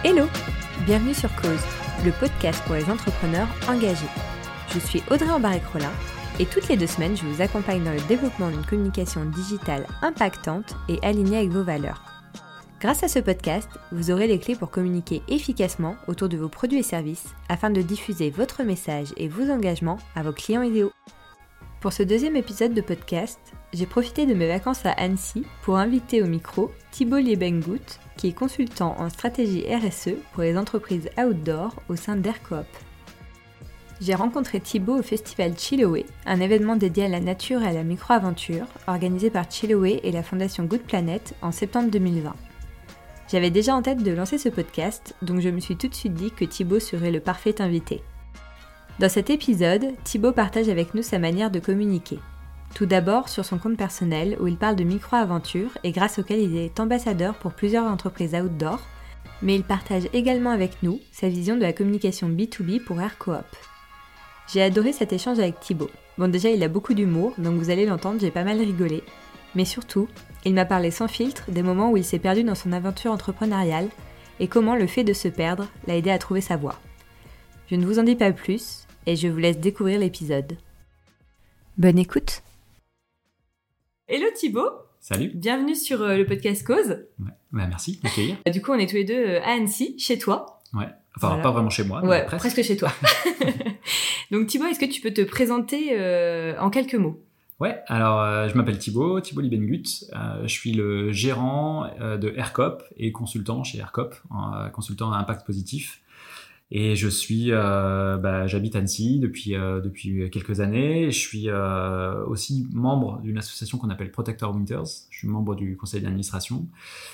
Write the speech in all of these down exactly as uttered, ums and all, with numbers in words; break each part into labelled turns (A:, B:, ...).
A: Hello! Bienvenue sur Cause, le podcast pour les entrepreneurs engagés. Je suis Audrey Embarek-Rollin et toutes les deux semaines, je vous accompagne dans le développement d'une communication digitale impactante et alignée avec vos valeurs. Grâce à ce podcast, vous aurez les clés pour communiquer efficacement autour de vos produits et services afin de diffuser votre message et vos engagements à vos clients idéaux. Pour ce deuxième épisode de podcast, j'ai profité de mes vacances à Annecy pour inviter au micro Thibaut Liebengut, qui est consultant en stratégie R S E pour les entreprises outdoor au sein d'Aircoop. J'ai rencontré Thibaut au festival Chiloé, un événement dédié à la nature et à la micro-aventure, organisé par Chiloé et la fondation Good Planet en septembre deux mille vingt. J'avais déjà en tête de lancer ce podcast, donc je me suis tout de suite dit que Thibaut serait le parfait invité. Dans cet épisode, Thibaut partage avec nous sa manière de communiquer. Tout d'abord sur son compte personnel où il parle de micro-aventures et grâce auquel il est ambassadeur pour plusieurs entreprises outdoor, mais il partage également avec nous sa vision de la communication B deux B pour Aircoop. J'ai adoré cet échange avec Thibaut. Bon, déjà il a beaucoup d'humour, donc vous allez l'entendre, j'ai pas mal rigolé. Mais surtout, il m'a parlé sans filtre des moments où il s'est perdu dans son aventure entrepreneuriale et comment le fait de se perdre l'a aidé à trouver sa voie. Je ne vous en dis pas plus et je vous laisse découvrir l'épisode. Bonne écoute! Hello Thibaut!
B: Salut!
A: Bienvenue sur euh, le podcast Cause.
B: Ouais. Bah, merci d'accueillir.
A: Du coup, on est tous les deux euh, à Annecy, chez toi.
B: Ouais, enfin
A: voilà.
B: Pas vraiment chez moi, mais
A: ouais,
B: presque.
A: presque chez toi. Donc Thibaut, est-ce que tu peux te présenter euh, en quelques mots?
B: Ouais, alors euh, je m'appelle Thibaut, Thibaut Liebengut. Euh, je suis le gérant euh, de Aircoop et consultant chez Aircoop, euh, consultant à impact positif. Et je suis, euh, bah, j'habite Annecy depuis euh, depuis quelques années. Je suis euh, aussi membre d'une association qu'on appelle Protector Winters. Je suis membre du conseil d'administration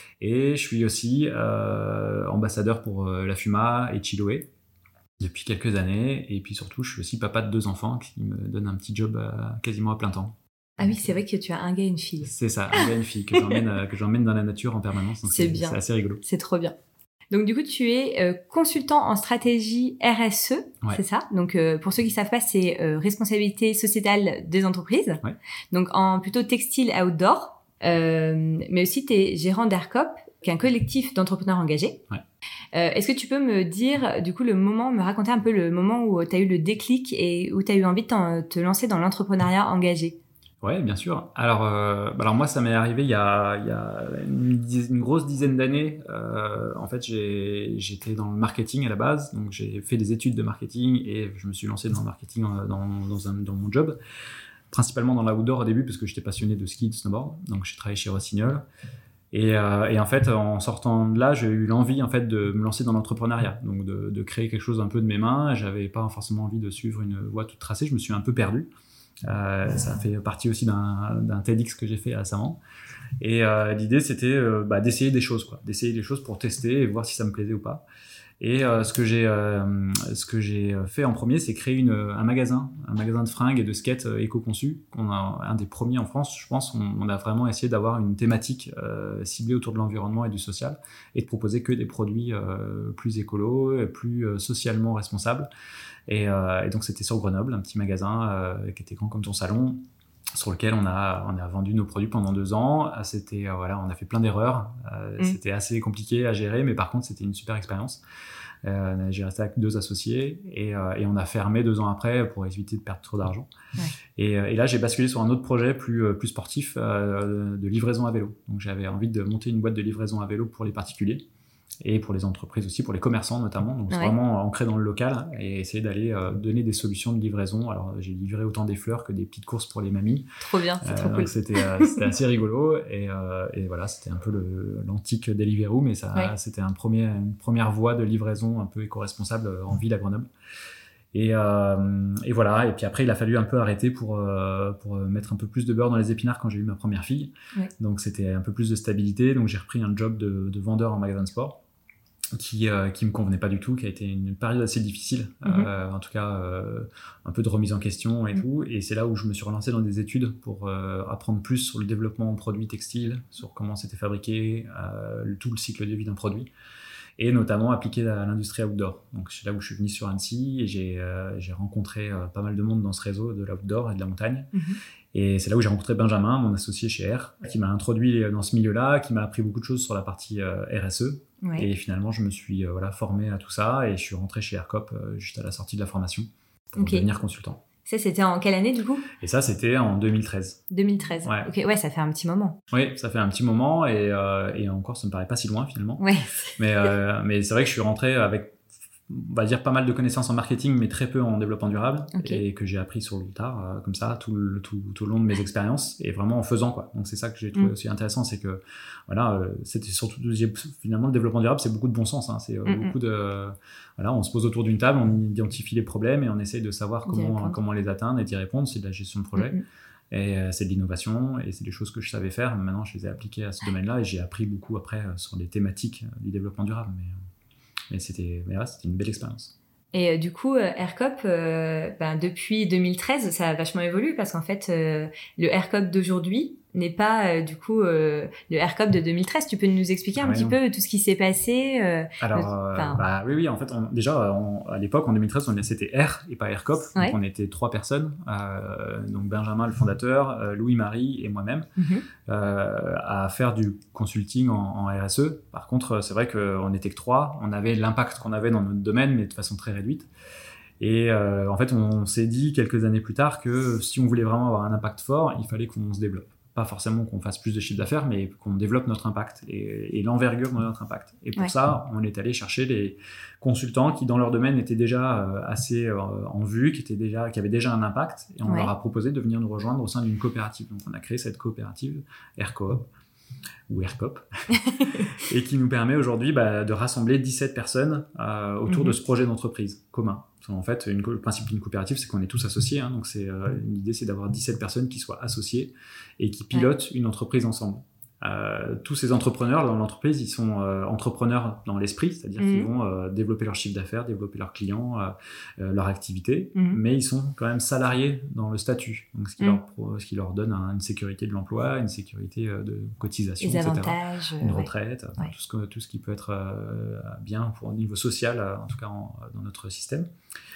B: et je suis aussi euh, ambassadeur pour euh, la Fuma et Chiloé depuis quelques années. Et puis surtout, je suis aussi papa de deux enfants qui me donnent un petit job à, quasiment à plein temps.
A: Ah oui, c'est vrai que tu as un gars et une fille.
B: C'est ça, un gars et une fille que j'emmène euh, que j'emmène dans la nature en permanence. Donc
A: c'est,
B: c'est
A: bien.
B: C'est assez rigolo.
A: C'est trop bien. Donc du coup, tu es euh, consultant en stratégie R S E,
B: ouais.
A: C'est ça? Donc euh, pour ceux qui savent pas, c'est euh, responsabilité sociétale des entreprises.
B: Ouais.
A: Donc en plutôt textile outdoor, euh, mais aussi tu es gérant d'Aircoop, qui est un collectif d'entrepreneurs engagés.
B: Ouais.
A: Euh, est-ce que tu peux me dire du coup le moment, me raconter un peu le moment où tu as eu le déclic et où tu as eu envie de te lancer dans l'entrepreneuriat engagé?
B: Ouais, bien sûr. Alors, euh, alors moi, ça m'est arrivé il y a, il y a une, dizaine, une grosse dizaine d'années. Euh, en fait, j'ai, j'étais dans le marketing à la base, donc j'ai fait des études de marketing et je me suis lancé dans le marketing dans, dans, un, dans mon job, principalement dans l'outdoor au début parce que j'étais passionné de ski et de snowboard. Donc, j'ai travaillé chez Rossignol. Et, euh, et en fait, en sortant de là, j'ai eu l'envie en fait de me lancer dans l'entrepreneuriat, donc de, de créer quelque chose un peu de mes mains. J'avais pas forcément envie de suivre une voie toute tracée. Je me suis un peu perdu. Euh, ça fait partie aussi d'un, d'un TEDx que j'ai fait récemment. Et euh, l'idée, c'était euh, bah, d'essayer des choses, quoi, d'essayer des choses pour tester et voir si ça me plaisait ou pas. Et euh, ce que j'ai, euh, ce que j'ai fait en premier, c'est créer une, un magasin, un magasin de fringues et de skates euh, éco-conçus. On a un des premiers en France, je pense. On, on a vraiment essayé d'avoir une thématique euh, ciblée autour de l'environnement et du social, et de proposer que des produits euh, plus écolos, plus euh, socialement responsables. Et, euh, et donc c'était sur Grenoble, un petit magasin euh, qui était grand comme ton salon, sur lequel on a on a vendu nos produits pendant deux ans. C'était euh, voilà, on a fait plein d'erreurs. Euh, mmh. C'était assez compliqué à gérer, mais par contre c'était une super expérience. Euh, j'ai resté avec deux associés et, euh, et on a fermé deux ans après pour éviter de perdre trop d'argent. Ouais. Et, et là j'ai basculé sur un autre projet plus plus sportif euh, de livraison à vélo. Donc j'avais envie de monter une boîte de livraison à vélo pour les particuliers. Et pour les entreprises aussi, pour les commerçants notamment. Donc, c'est ouais. vraiment ancré dans le local et essayer d'aller euh, donner des solutions de livraison. Alors, j'ai livré autant des fleurs que des petites courses pour les mamies.
A: Trop bien, c'est euh, trop cool.
B: Donc, c'était, euh, c'était assez rigolo. Et, euh, et voilà, c'était un peu le, l'antique Deliveroo, mais ça, ouais. c'était un premier, une première voie de livraison un peu éco-responsable en ville à Grenoble. Et, euh, et voilà. Et puis après, il a fallu un peu arrêter pour, euh, pour mettre un peu plus de beurre dans les épinards quand j'ai eu ma première fille. Ouais. Donc, c'était un peu plus de stabilité. Donc, j'ai repris un job de, de vendeur en magasin de sport. Qui, euh, qui me convenait pas du tout, qui a été une période assez difficile, mm-hmm. euh, en tout cas euh, un peu de remise en question et mm-hmm. tout, et c'est là où je me suis relancé dans des études pour euh, apprendre plus sur le développement de produits textiles, sur comment c'était fabriqué, euh, tout le cycle de vie d'un produit, et notamment appliqué à l'industrie outdoor. Donc c'est là où je suis venu sur Annecy et j'ai, euh, j'ai rencontré euh, pas mal de monde dans ce réseau de l'outdoor et de la montagne. Mm-hmm. Et c'est là où j'ai rencontré Benjamin, mon associé chez R, qui m'a introduit dans ce milieu-là, qui m'a appris beaucoup de choses sur la partie euh, R S E. Ouais. Et finalement, je me suis euh, voilà, formé à tout ça et je suis rentré chez Aircop euh, juste à la sortie de la formation pour okay. devenir consultant.
A: Ça, c'était en quelle année, du coup ?
B: Et ça, c'était en deux mille treize.
A: deux mille treize.
B: Ouais.
A: Ok, ouais, ça fait un petit moment.
B: Oui, ça fait un petit moment et, euh, et encore, ça me paraît pas si loin finalement.
A: Ouais.
B: Mais, euh, mais c'est vrai que je suis rentré avec, on va dire, pas mal de connaissances en marketing, mais très peu en développement durable, okay. et que j'ai appris sur le tard, euh, comme ça, tout le, tout, tout le long de mes expériences, et vraiment en faisant, quoi. Donc c'est ça que j'ai trouvé mm. aussi intéressant, c'est que, voilà, euh, c'était surtout, finalement, le développement durable, c'est beaucoup de bon sens, hein, c'est euh, mm-hmm. beaucoup de, euh, voilà, on se pose autour d'une table, on identifie les problèmes, et on essaye de savoir comment, comment les atteindre et d'y répondre, c'est de la gestion de projet. Mm-hmm. Et euh, c'est de l'innovation, et c'est des choses que je savais faire. Maintenant, je les ai appliquées à ce domaine-là, et j'ai appris beaucoup après euh, sur les thématiques euh, du développement durable. Mais, euh, mais, c'était, mais ouais, c'était une belle expérience.
A: Et euh, du coup, euh, Aircop, euh, ben, depuis deux mille treize, ça a vachement évolué, parce qu'en fait, euh, le Aircop d'aujourd'hui n'est pas, euh, du coup, euh, le Aircop de deux mille treize. Tu peux nous expliquer un ouais, petit non. peu tout ce qui s'est passé euh,
B: Alors, euh, bah, oui, oui, en fait, on, déjà, on, à l'époque, en deux mille treize, on, c'était Air et pas Aircop. Ouais. Donc, on était trois personnes. Euh, donc, Benjamin, le fondateur, euh, Louis-Marie et moi-même, mm-hmm. euh, à faire du consulting en, en R S E. Par contre, c'est vrai qu'on n'était que trois. On avait l'impact qu'on avait dans notre domaine, mais de façon très réduite. Et euh, en fait, on s'est dit quelques années plus tard que si on voulait vraiment avoir un impact fort, il fallait qu'on se développe. Pas forcément qu'on fasse plus de chiffre d'affaires, mais qu'on développe notre impact et, et l'envergure de notre impact. Et pour ouais. ça, on est allé chercher les consultants qui, dans leur domaine, étaient déjà euh, assez euh, en vue, qui, étaient déjà, qui avaient déjà un impact, et on ouais. leur a proposé de venir nous rejoindre au sein d'une coopérative. Donc, on a créé cette coopérative Aircoop, ou Aircop, et qui nous permet aujourd'hui bah, de rassembler dix-sept personnes euh, autour mm-hmm. de ce projet d'entreprise commun. En fait, une, le principe d'une coopérative, c'est qu'on est tous associés. Hein, donc, c'est, euh, l'idée, c'est d'avoir dix-sept personnes qui soient associées et qui pilotent ouais. une entreprise ensemble. Euh, tous ces entrepreneurs dans l'entreprise, ils sont euh, entrepreneurs dans l'esprit, c'est-à-dire mmh. qu'ils vont euh, développer leur chiffre d'affaires, développer leurs clients, euh, euh, leur activité, mmh. mais ils sont quand même salariés dans le statut, donc ce qui, mmh. leur, ce qui leur donne un, une sécurité de l'emploi, une sécurité euh, de cotisation,
A: les
B: et cetera.
A: Avantages,
B: une
A: ouais.
B: retraite, ouais. tout, ce que, tout ce qui peut être euh, bien pour, au niveau social, euh, en tout cas en, dans notre système.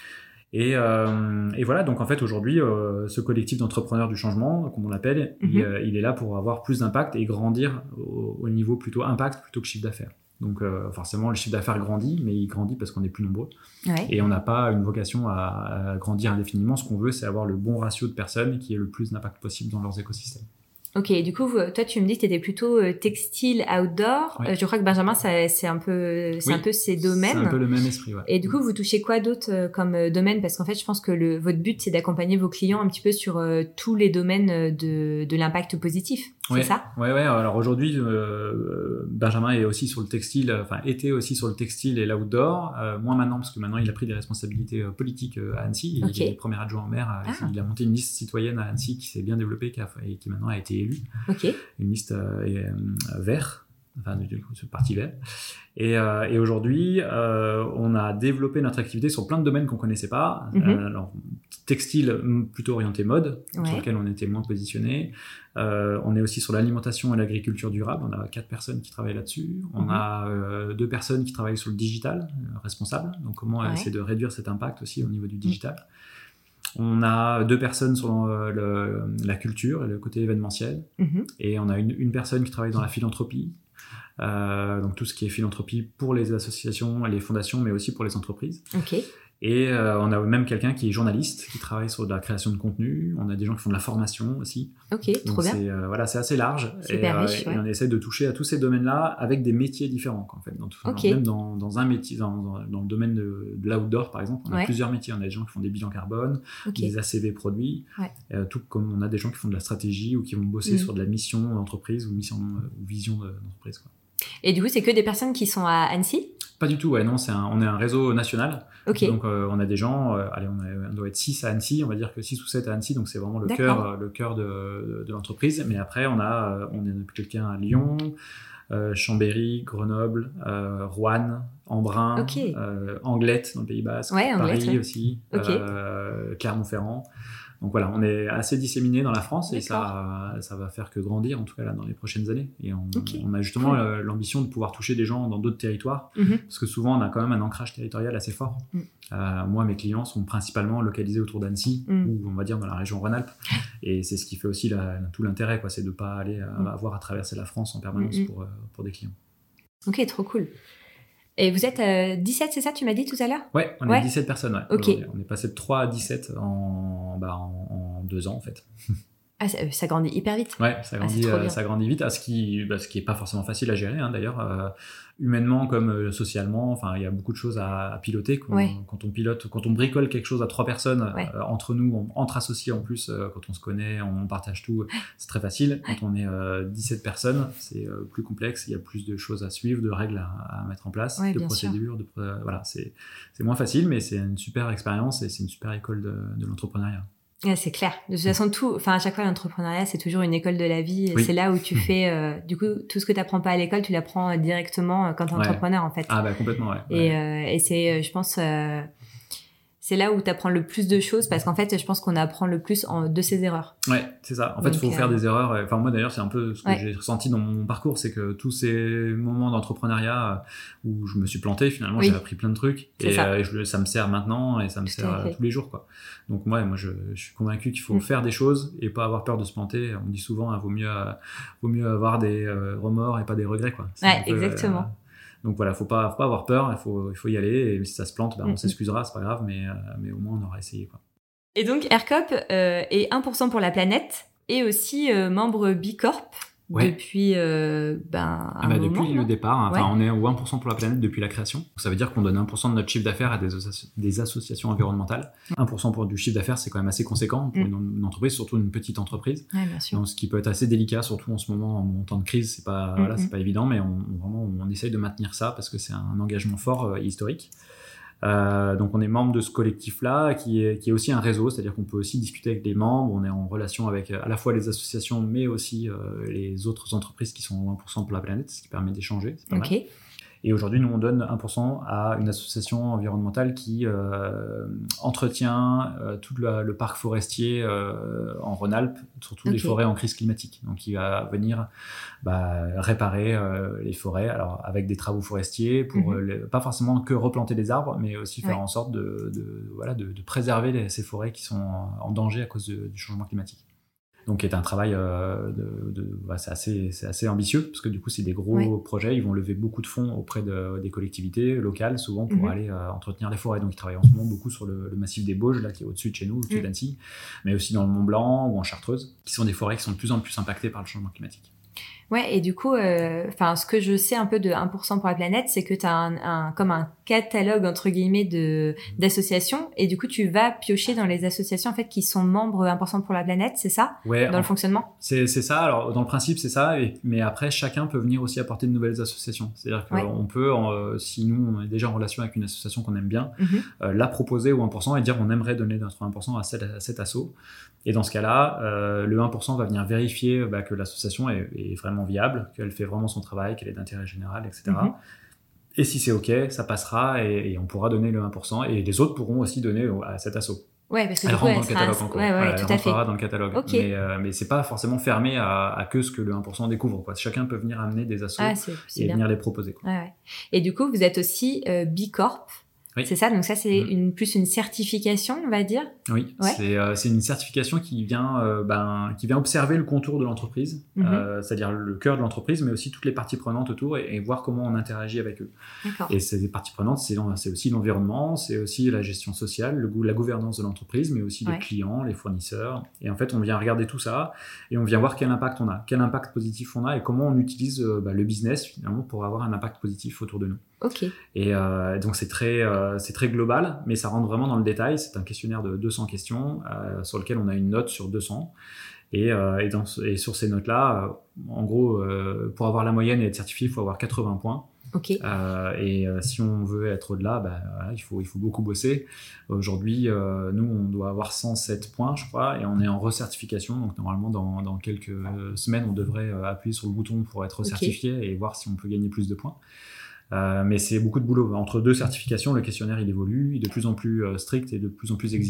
B: Et, euh, et voilà, donc en fait aujourd'hui, euh, ce collectif d'entrepreneurs du changement, comme on l'appelle, mm-hmm. il, euh, il est là pour avoir plus d'impact et grandir au, au niveau plutôt impact plutôt que chiffre d'affaires. Donc euh, forcément, le chiffre d'affaires grandit, mais il grandit parce qu'on est plus nombreux. Ouais. Et on n'a pas une vocation à, à grandir indéfiniment. Ce qu'on veut, c'est avoir le bon ratio de personnes qui ait le plus d'impact possible dans leurs écosystèmes.
A: Ok, du coup, toi, tu me dis que tu étais plutôt euh, textile, outdoor. Ouais. Euh, je crois que Benjamin, ça, c'est, un peu, c'est oui, un peu ses domaines.
B: C'est un peu le même esprit, ouais.
A: Et du coup, vous touchez quoi d'autre euh, comme euh, domaine ? Parce qu'en fait, je pense que le, votre but, c'est d'accompagner vos clients un petit peu sur euh, tous les domaines de, de l'impact positif. C'est
B: ouais,
A: ça ?
B: Ouais, ouais. Alors aujourd'hui, euh, Benjamin est aussi sur le textile, enfin, était aussi sur le textile et l'outdoor. Euh, moins maintenant, parce que maintenant, il a pris des responsabilités euh, politiques euh, à Annecy. Okay. Il est le premier adjoint au maire. Ah. Il a monté une liste citoyenne à Annecy qui s'est bien développée qui a, et qui maintenant a été élue.
A: Okay.
B: Une liste euh, euh, vert, enfin du coup, ce parti vert. Et, euh, et aujourd'hui, euh, on a développé notre activité sur plein de domaines qu'on connaissait pas. Mm-hmm. Euh, alors, textile plutôt orienté mode, ouais. sur lequel on était moins positionné. Euh, on est aussi sur l'alimentation et l'agriculture durable. On a quatre personnes qui travaillent là-dessus. On mm-hmm. a euh, deux personnes qui travaillent sur le digital, euh, responsable. Donc, comment ouais. essayer de réduire cet impact aussi au niveau du digital. Mm. On a deux personnes sur le, le, la culture et le côté événementiel. Mm-hmm. Et on a une, une personne qui travaille dans la philanthropie. Euh, donc tout ce qui est philanthropie pour les associations et les fondations, mais aussi pour les entreprises.
A: Okay.
B: Et euh, on a même quelqu'un qui est journaliste, qui travaille sur de la création de contenu. On a des gens qui font de la formation aussi.
A: Ok,
B: donc
A: trop bien.
B: C'est, euh, voilà, c'est assez large.
A: Super
B: et,
A: riche,
B: euh,
A: ouais.
B: et on essaie de toucher à tous ces domaines-là avec des métiers différents, en fait. Dans tout,
A: okay.
B: Même dans, dans un métier, dans, dans, dans le domaine de, de l'outdoor, par exemple, on a ouais. plusieurs métiers. On a des gens qui font des bilans carbone, okay. des A C V produits,
A: ouais.
B: euh, tout comme on a des gens qui font de la stratégie ou qui vont bosser mmh. sur de la mission d'entreprise ou mission ou vision d'entreprise, quoi.
A: Et du coup, c'est que des personnes qui sont à Annecy ?
B: Pas du tout, ouais, non, c'est un, on est un réseau national.
A: Okay.
B: Donc, euh, on a des gens, euh, allez, on, a, on doit être six à Annecy, on va dire que six ou sept à Annecy, donc c'est vraiment le cœur, euh, le cœur de, de, de l'entreprise. Mais après, on a, euh, on a quelqu'un à Lyon, euh, Chambéry, Grenoble, euh, Roanne, Embrun,
A: okay.
B: euh, Anglette dans le Pays Basque,
A: ouais,
B: Paris
A: Anglette, ouais.
B: aussi,
A: okay.
B: euh, Clermont-Ferrand. Donc voilà, on est assez disséminés dans la France. D'accord. Et ça, ça va faire que grandir, en tout cas là, dans les prochaines années. Et on, okay. on a justement cool. euh, l'ambition de pouvoir toucher des gens dans d'autres territoires, mm-hmm. parce que souvent on a quand même un ancrage territorial assez fort. Mm. Euh, moi, mes clients sont principalement localisés autour d'Annecy, mm. ou on va dire dans la région Rhône-Alpes. Et c'est ce qui fait aussi la, tout l'intérêt, quoi, c'est de ne pas aller à, mm. avoir à traverser la France en permanence mm-hmm. pour, euh, pour des clients.
A: Ok, trop cool. Et vous êtes euh, dix-sept, c'est ça, tu m'as dit tout à l'heure?
B: Ouais, on
A: ouais.
B: est dix-sept personnes. Ouais.
A: Ok.
B: On est passé de trois à dix-sept en, bah, en, en deux ans, en fait.
A: Ah, ça, ça grandit hyper vite.
B: Ouais, ça grandit,
A: ah,
B: euh, ça grandit vite, à ce qui, bah, ce qui est pas forcément facile à gérer, hein, d'ailleurs, euh, humainement comme euh, socialement. Enfin, il y a beaucoup de choses à, à piloter quand,
A: ouais.
B: quand on pilote, quand on bricole quelque chose à trois personnes
A: ouais.
B: euh, entre nous, on, entre associés en plus, euh, quand on se connaît, on partage tout, c'est très facile. Quand on est euh, dix-sept personnes, c'est euh, plus complexe. Il y a plus de choses à suivre, de règles à, à mettre en place,
A: ouais,
B: de procédures. De, euh, voilà, c'est, c'est moins facile, mais c'est une super expérience et c'est une super école de, de l'entrepreneuriat.
A: Ouais, c'est clair. De toute façon, tout, enfin, à chaque fois, l'entrepreneuriat, c'est toujours une école de la vie. Oui. C'est là où tu fais, euh, du coup, tout ce que tu apprends pas à l'école, tu l'apprends directement quand tu es ouais. entrepreneur, en fait.
B: Ah, bah, complètement, ouais.
A: Et,
B: ouais.
A: Euh, et c'est, je pense, euh, c'est là où tu apprends le plus de choses parce qu'en fait, je pense qu'on apprend le plus en, de ses erreurs.
B: Ouais, c'est ça. En fait, il faut euh... faire des erreurs. Enfin, moi, d'ailleurs, c'est un peu ce que ouais. j'ai ressenti dans mon parcours, c'est que tous ces moments d'entrepreneuriat où je me suis planté, finalement, oui. j'ai appris plein de trucs. C'est et ça. Euh, je, ça me sert maintenant et ça me Tout sert tous les jours, quoi. Donc, moi, moi je, je suis convaincu qu'il faut mmh. faire des choses et pas avoir peur de se planter. On dit souvent, il hein, vaut mieux, euh, vaut mieux avoir des euh, remords et pas des regrets, quoi.
A: C'est ouais, peu, exactement.
B: Euh, Donc voilà, faut pas, faut pas avoir peur, il faut, il faut y aller. Et si ça se plante, bah, on mm-hmm. s'excusera, c'est pas grave, mais, euh, mais au moins on aura essayé, quoi.
A: Et donc AirCop euh, est un pour cent pour la planète et aussi euh, membre Bicorp ouais. depuis euh, ben, un
B: ah bah,
A: moment.
B: Depuis
A: non
B: le départ, hein,
A: ouais.
B: on est au un pour cent pour la planète depuis la création. Donc, ça veut dire qu'on donne un pour cent de notre chiffre d'affaires à des, asso- des associations environnementales. un pour cent pour du chiffre d'affaires, c'est quand même assez conséquent pour mm. une, une entreprise, surtout une petite entreprise.
A: Ouais, bien sûr.
B: Donc, ce qui peut être assez délicat, surtout en ce moment, en temps de crise, c'est pas, mm-hmm. voilà, c'est pas évident, mais on, on, vraiment, on essaye de maintenir ça parce que c'est un engagement fort euh, et historique. Euh, donc on est membre de ce collectif-là qui est, qui est aussi un réseau, c'est-à-dire qu'on peut aussi discuter avec les membres, on est en relation avec à la fois les associations mais aussi euh, les autres entreprises qui sont un pour cent pour la planète, ce qui permet d'échanger, c'est pas
A: okay.
B: mal. Et aujourd'hui, nous, on donne un pour cent à une association environnementale qui euh, entretient euh, tout le, le parc forestier euh, en Rhône-Alpes, surtout okay. les forêts en crise climatique. Donc, il va venir bah, réparer euh, les forêts, alors avec des travaux forestiers, pour mm-hmm. les, pas forcément que replanter des arbres, mais aussi faire ouais. en sorte de, de, voilà, de, de préserver les, ces forêts qui sont en danger à cause de, du changement climatique. Donc, qui est un travail, euh, de, de, bah, c'est assez, c'est assez ambitieux, parce que du coup, c'est des gros ouais. projets. Ils vont lever beaucoup de fonds auprès de, des collectivités locales, souvent, pour mm-hmm. aller euh, entretenir les forêts. Donc, ils travaillent en ce moment beaucoup sur le, le massif des Bauges, là, qui est au-dessus de chez nous, au-dessus mm. d'Annecy, mais aussi dans le Mont Blanc ou en Chartreuse, qui sont des forêts qui sont de plus en plus impactées par le changement climatique.
A: Ouais, et du coup, enfin, euh, ce que je sais un peu de un pour cent pour la planète, c'est que tu as un, un, comme un catalogue, entre guillemets, de, d'associations, et du coup, tu vas piocher dans les associations, en fait, qui sont membres un pour cent pour la planète, c'est ça?
B: Ouais.
A: Dans
B: en,
A: le fonctionnement?
B: C'est, c'est ça. Alors, dans le principe, c'est ça, et, mais après, chacun peut venir aussi apporter de nouvelles associations. C'est-à-dire qu'on ouais. peut, euh, si nous, on est déjà en relation avec une association qu'on aime bien, mm-hmm. euh, la proposer au un pour cent et dire on aimerait donner notre un pour cent à cet, à cet asso. Et dans ce cas-là, euh, le un pour cent va venir vérifier bah, que l'association est, est vraiment viable, qu'elle fait vraiment son travail, qu'elle est d'intérêt général, et cetera. Mm-hmm. Et si c'est OK, ça passera et, et on pourra donner le un pour cent et les autres pourront aussi donner à cet asso.
A: Ouais, parce que
B: elle
A: du coup,
B: rentre
A: elle
B: dans le catalogue
A: sera...
B: encore.
A: Ouais, ouais,
B: voilà,
A: tout
B: elle
A: à fait.
B: rentrera dans le catalogue.
A: Okay.
B: Mais, euh, mais c'est pas forcément fermé à, à que ce que le un pour cent découvre, quoi. Chacun peut venir amener des assos
A: ah, c'est, c'est
B: et
A: bien.
B: venir les proposer, quoi.
A: Ouais, ouais. Et du coup, vous êtes aussi euh, Bicorp. Oui. C'est ça, donc ça c'est mmh. une, plus une certification, on va dire.
B: Oui, ouais. c'est, euh, c'est une certification qui vient, euh, ben, qui vient observer le contour de l'entreprise, mmh. euh, c'est-à-dire le cœur de l'entreprise, mais aussi toutes les parties prenantes autour et, et voir comment on interagit avec eux.
A: D'accord.
B: Et ces parties prenantes, c'est, c'est aussi l'environnement, c'est aussi la gestion sociale, le, la gouvernance de l'entreprise, mais aussi ouais. les clients, les fournisseurs. Et en fait, on vient regarder tout ça et on vient voir quel impact on a, quel impact positif on a et comment on utilise euh, bah, le business finalement pour avoir un impact positif autour de nous.
A: Ok.
B: Et euh, donc c'est très, euh, c'est très global, mais ça rentre vraiment dans le détail. C'est un questionnaire de deux cents questions euh, sur lequel on a une note sur deux cents. Et, euh, et, dans, et sur ces notes-là, euh, en gros, euh, pour avoir la moyenne et être certifié, il faut avoir quatre-vingts points.
A: Ok.
B: Euh, et euh, si on veut être au-delà, bah, voilà, il faut, il faut beaucoup bosser. Aujourd'hui, euh, nous, on doit avoir cent sept points, je crois, et on est en recertification. Donc normalement, dans, dans quelques semaines, on devrait appuyer sur le bouton pour être recertifié okay. et voir si on peut gagner plus de points. Euh, mais c'est beaucoup de boulot. Entre deux certifications, le questionnaire il évolue, il est de plus en plus euh, strict et de plus en plus exigeant.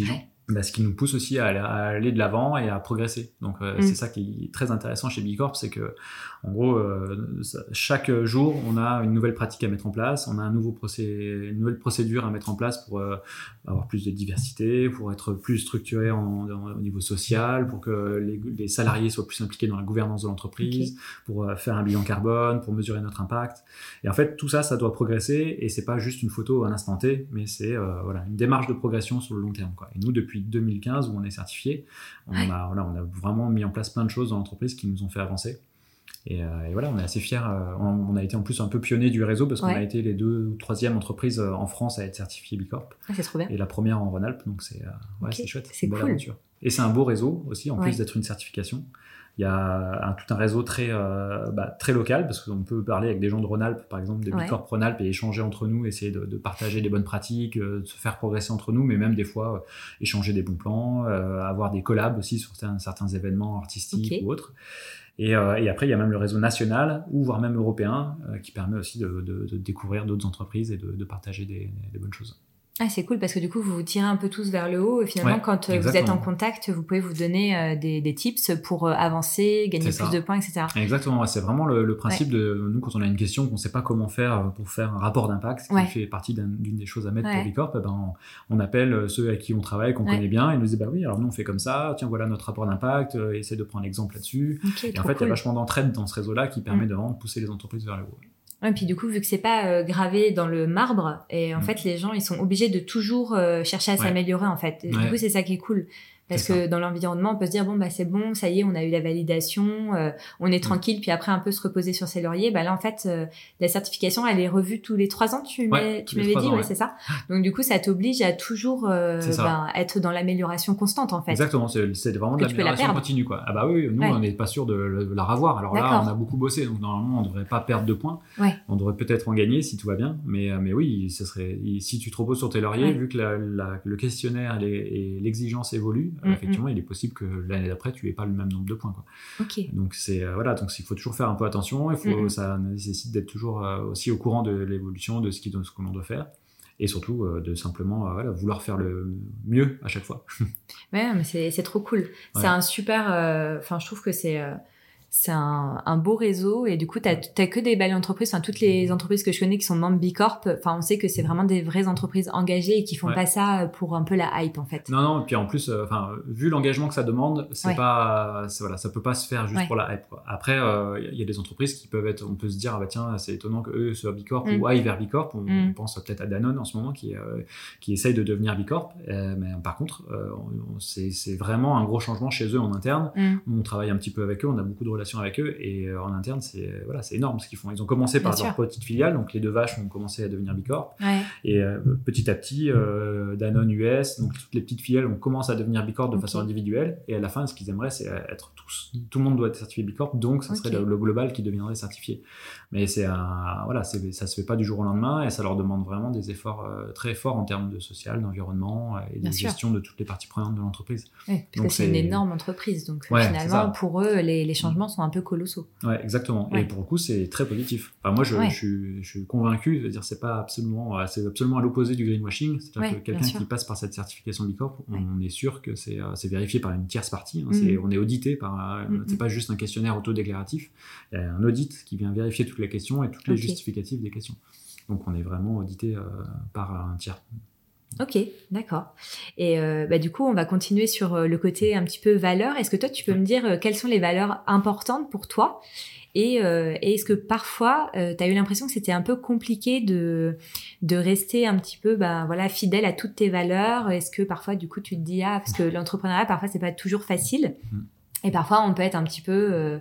B: bah, ce qui nous pousse aussi à aller, à aller de l'avant et à progresser. Donc euh, mm. c'est ça qui est très intéressant chez Bicorp, c'est que en gros euh, ça, chaque jour on a une nouvelle pratique à mettre en place, on a un nouveau procé- une nouvelle procédure à mettre en place pour euh, avoir plus de diversité, pour être plus structuré en, en, au niveau social, pour que les, les salariés soient plus impliqués dans la gouvernance de l'entreprise, okay. pour euh, faire un bilan carbone, pour mesurer notre impact. Et en fait tout ça, ça doit progresser et c'est pas juste une photo à un instant T, mais c'est euh, voilà, une démarche de progression sur le long terme, quoi. Et nous depuis deux mille quinze où on est certifié, on, ouais. a, voilà, on a vraiment mis en place plein de choses dans l'entreprise qui nous ont fait avancer. Et, euh, et voilà, on est assez fiers. Euh, on, on a été en plus un peu pionniers du réseau parce ouais. qu'on a été les deux ou troisième entreprises en France à être certifiées Bicorp.
A: Ah, c'est trop bien.
B: Et la première en Rhône-Alpes, donc c'est, euh, ouais, okay. c'est chouette.
A: C'est
B: une belle
A: cool.
B: aventure. Et c'est un beau réseau aussi, en ouais. plus d'être une certification. Il y a un, tout un réseau très, euh, bah, très local, parce qu'on peut parler avec des gens de Rhône-Alpes, par exemple, de Bicorp ouais. Rhône-Alpes, et échanger entre nous, essayer de, de partager les bonnes pratiques, euh, de se faire progresser entre nous, mais même des fois, euh, échanger des bons plans, euh, avoir des collabs aussi sur certains, certains événements artistiques okay. ou autres. Et, euh, et après, il y a même le réseau national, ou voire même européen, euh, qui permet aussi de, de, de découvrir d'autres entreprises et de, de partager des, des bonnes choses.
A: Ah, c'est cool parce que du coup, vous vous tirez un peu tous vers le haut et finalement, ouais, quand exactement. Vous êtes en contact, vous pouvez vous donner euh, des, des tips pour euh, avancer, gagner plus de points, et cetera.
B: Exactement, c'est vraiment le, le principe ouais. de nous, quand on a une question qu'on ne sait pas comment faire pour faire un rapport d'impact, qui ouais. fait partie d'un, d'une des choses à mettre ouais. pour Bicorp, eh ben, on, on appelle ceux avec qui on travaille, qu'on ouais. connaît bien, et ils nous disent, bah oui, alors nous on fait comme ça, tiens, voilà notre rapport d'impact, euh, essaie de prendre l'exemple là-dessus. Okay, et en fait, il cool. y a vachement d'entraide dans ce réseau-là qui permet mmh. de vraiment pousser les entreprises vers le haut.
A: Et puis du coup, vu que c'est pas euh, gravé dans le marbre, et en mmh. fait, les gens, ils sont obligés de toujours euh, chercher à ouais. s'améliorer, en fait. Et ouais. Du coup, c'est ça qui est cool. Parce c'est que ça. Dans l'environnement, on peut se dire, bon, bah, c'est bon, ça y est, on a eu la validation, euh, on est tranquille, mmh. puis après, un peu se reposer sur ses lauriers. Bah là, en fait, euh, la certification, elle est revue tous les trois ans, tu,
B: ouais,
A: m'avais, tu m'avais dit, ans, ouais, ouais, c'est ça. Donc, du coup, ça t'oblige à toujours euh, ben, être dans l'amélioration constante, en fait.
B: Exactement, c'est, c'est vraiment de l'amélioration continue, quoi. Ah bah oui, nous, ouais. on n'est pas sûr de, de la revoir. Alors D'accord. là, on a beaucoup bossé, donc normalement, on ne devrait pas perdre de points. Ouais. On devrait peut-être en gagner si tout va bien. Mais, mais oui, ce serait, si tu te reposes sur tes lauriers, ouais. vu que la, la, le questionnaire et, et l'exigence évoluent, mmh, effectivement, mmh. il est possible que l'année d'après tu aies pas le même nombre de points, quoi.
A: Okay.
B: Donc c'est euh, voilà, donc il faut toujours faire un peu attention, il faut mm-hmm. ça nécessite d'être toujours euh, aussi au courant de l'évolution de ce qui de ce que l'on doit faire et surtout euh, de simplement euh, voilà, vouloir faire le mieux à chaque fois.
A: Ouais, mais c'est c'est trop cool. Ouais. C'est un super enfin euh, je trouve que c'est euh, c'est un, un beau réseau et du coup t'as, t'as que des belles entreprises, enfin toutes les entreprises que je connais qui sont membres Bicorp, enfin on sait que c'est vraiment des vraies entreprises engagées et qui font ouais. pas ça pour un peu la hype en fait.
B: Non non, et puis en plus enfin euh, vu l'engagement que ça demande, c'est ouais. pas c'est, voilà, ça peut pas se faire juste ouais. pour la hype, quoi. Après il euh, y, y a des entreprises qui peuvent être, on peut se dire ah bah tiens c'est étonnant que eux soient Bicorp mm. ou aillent vers Bicorp, on, mm. on pense peut-être à Danone en ce moment qui euh, qui essaye de devenir Bicorp, euh, mais par contre euh, on, c'est c'est vraiment un gros changement chez eux en interne. Mm. On travaille un petit peu avec eux, on a beaucoup de relations avec eux et en interne, c'est, voilà, c'est énorme ce qu'ils font. Ils ont commencé par leur petite filiale, donc les deux vaches ont commencé à devenir Bicorp. Ouais. Et euh, petit à petit, euh, Danone U S, donc toutes les petites filiales, on commence à devenir Bicorp de okay. façon individuelle. Et à la fin, ce qu'ils aimeraient, c'est être tous. Tout le monde doit être certifié Bicorp, donc ça serait okay. le, le global qui deviendrait certifié. Mais c'est un, voilà, c'est, ça se fait pas du jour au lendemain et ça leur demande vraiment des efforts euh, très forts en termes de social, d'environnement et de gestion de toutes les parties prenantes de l'entreprise.
A: Ouais, parce donc que c'est, c'est une énorme entreprise, donc ouais, finalement, pour eux, les, les changements sont un peu colossaux.
B: Ouais, exactement. Ouais. Et pour le coup, c'est très positif. Enfin, moi, je, ouais. je, suis, je suis convaincu. Je veux dire, c'est pas absolument, c'est absolument à l'opposé du greenwashing. C'est-à-dire ouais, que quelqu'un qui passe par cette certification Bicorp, on ouais. est sûr que c'est, c'est vérifié par une tierce partie. Hein. Mm-hmm. C'est, on est audité par. Mm-hmm. C'est pas juste un questionnaire autodéclaratif. Il y a un audit qui vient vérifier toutes les questions et toutes les okay. justificatifs des questions. Donc, on est vraiment audité euh, par un tiers.
A: Ok, d'accord. Et euh, bah, du coup, on va continuer sur euh, le côté un petit peu valeur. Est-ce que toi, tu peux me dire euh, quelles sont les valeurs importantes pour toi ? Et, euh, et est-ce que parfois, euh, tu as eu l'impression que c'était un peu compliqué de, de rester un petit peu bah, voilà, fidèle à toutes tes valeurs ? Est-ce que parfois, du coup, tu te dis, ah, parce que l'entrepreneuriat, parfois, c'est pas toujours facile. Et parfois, on peut être un petit peu... Euh,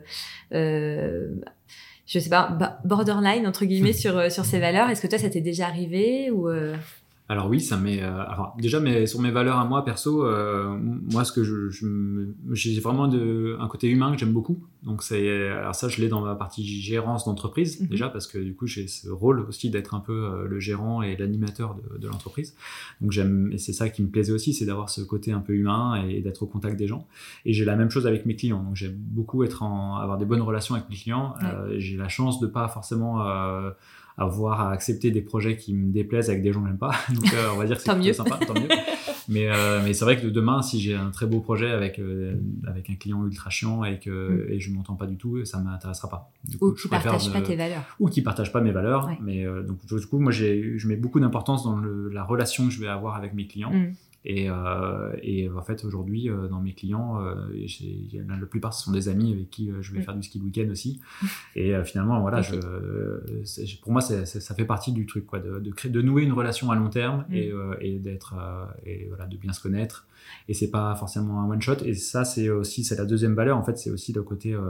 A: euh, je sais pas, borderline, entre guillemets, sur, sur ces valeurs. Est-ce que toi, ça t'est déjà arrivé ou euh...
B: Alors oui, ça m'est. Euh, alors déjà, mais sur mes valeurs à moi perso, euh, moi ce que je, je j'ai vraiment de, un côté humain que j'aime beaucoup. Donc c'est, alors ça, je l'ai dans ma partie gérance d'entreprise mm-hmm. déjà parce que du coup j'ai ce rôle aussi d'être un peu euh, le gérant et l'animateur de, de l'entreprise. Donc j'aime, et c'est ça qui me plaisait aussi, c'est d'avoir ce côté un peu humain et d'être au contact des gens. Et j'ai la même chose avec mes clients. Donc j'aime beaucoup être en, avoir des bonnes relations avec mes clients. Ouais. Euh, j'ai la chance de pas forcément euh, avoir à accepter des projets qui me déplaisent avec des gens que j'aime pas. Donc euh, on va dire que c'est
A: Tant mieux.
B: sympa, tant mieux. Mais, euh, mais c'est vrai que demain, si j'ai un très beau projet avec, euh, avec un client ultra chiant et que mm. et je ne m'entends pas du tout, ça ne m'intéressera pas. Du coup,
A: ou qui ne partage pas tes valeurs.
B: Ou qui ne partage pas mes valeurs.
A: Ouais.
B: Mais euh, donc, du coup, moi, j'ai, je mets beaucoup d'importance dans le, la relation que je vais avoir avec mes clients. Mm. Et, euh, et en fait, aujourd'hui, euh, dans mes clients, euh, j'ai, la plupart, ce sont des amis avec qui euh, je vais mm. faire du ski le week-end aussi. Et euh, finalement, voilà, okay. je, c'est, pour moi, c'est, c'est, ça fait partie du truc, quoi, de, de, créer, de nouer une relation à long terme mm. et, euh, et d'être, euh, et voilà, de bien se connaître. Et c'est pas forcément un one shot. Et ça, c'est aussi, c'est la deuxième valeur. En fait, c'est aussi le côté euh,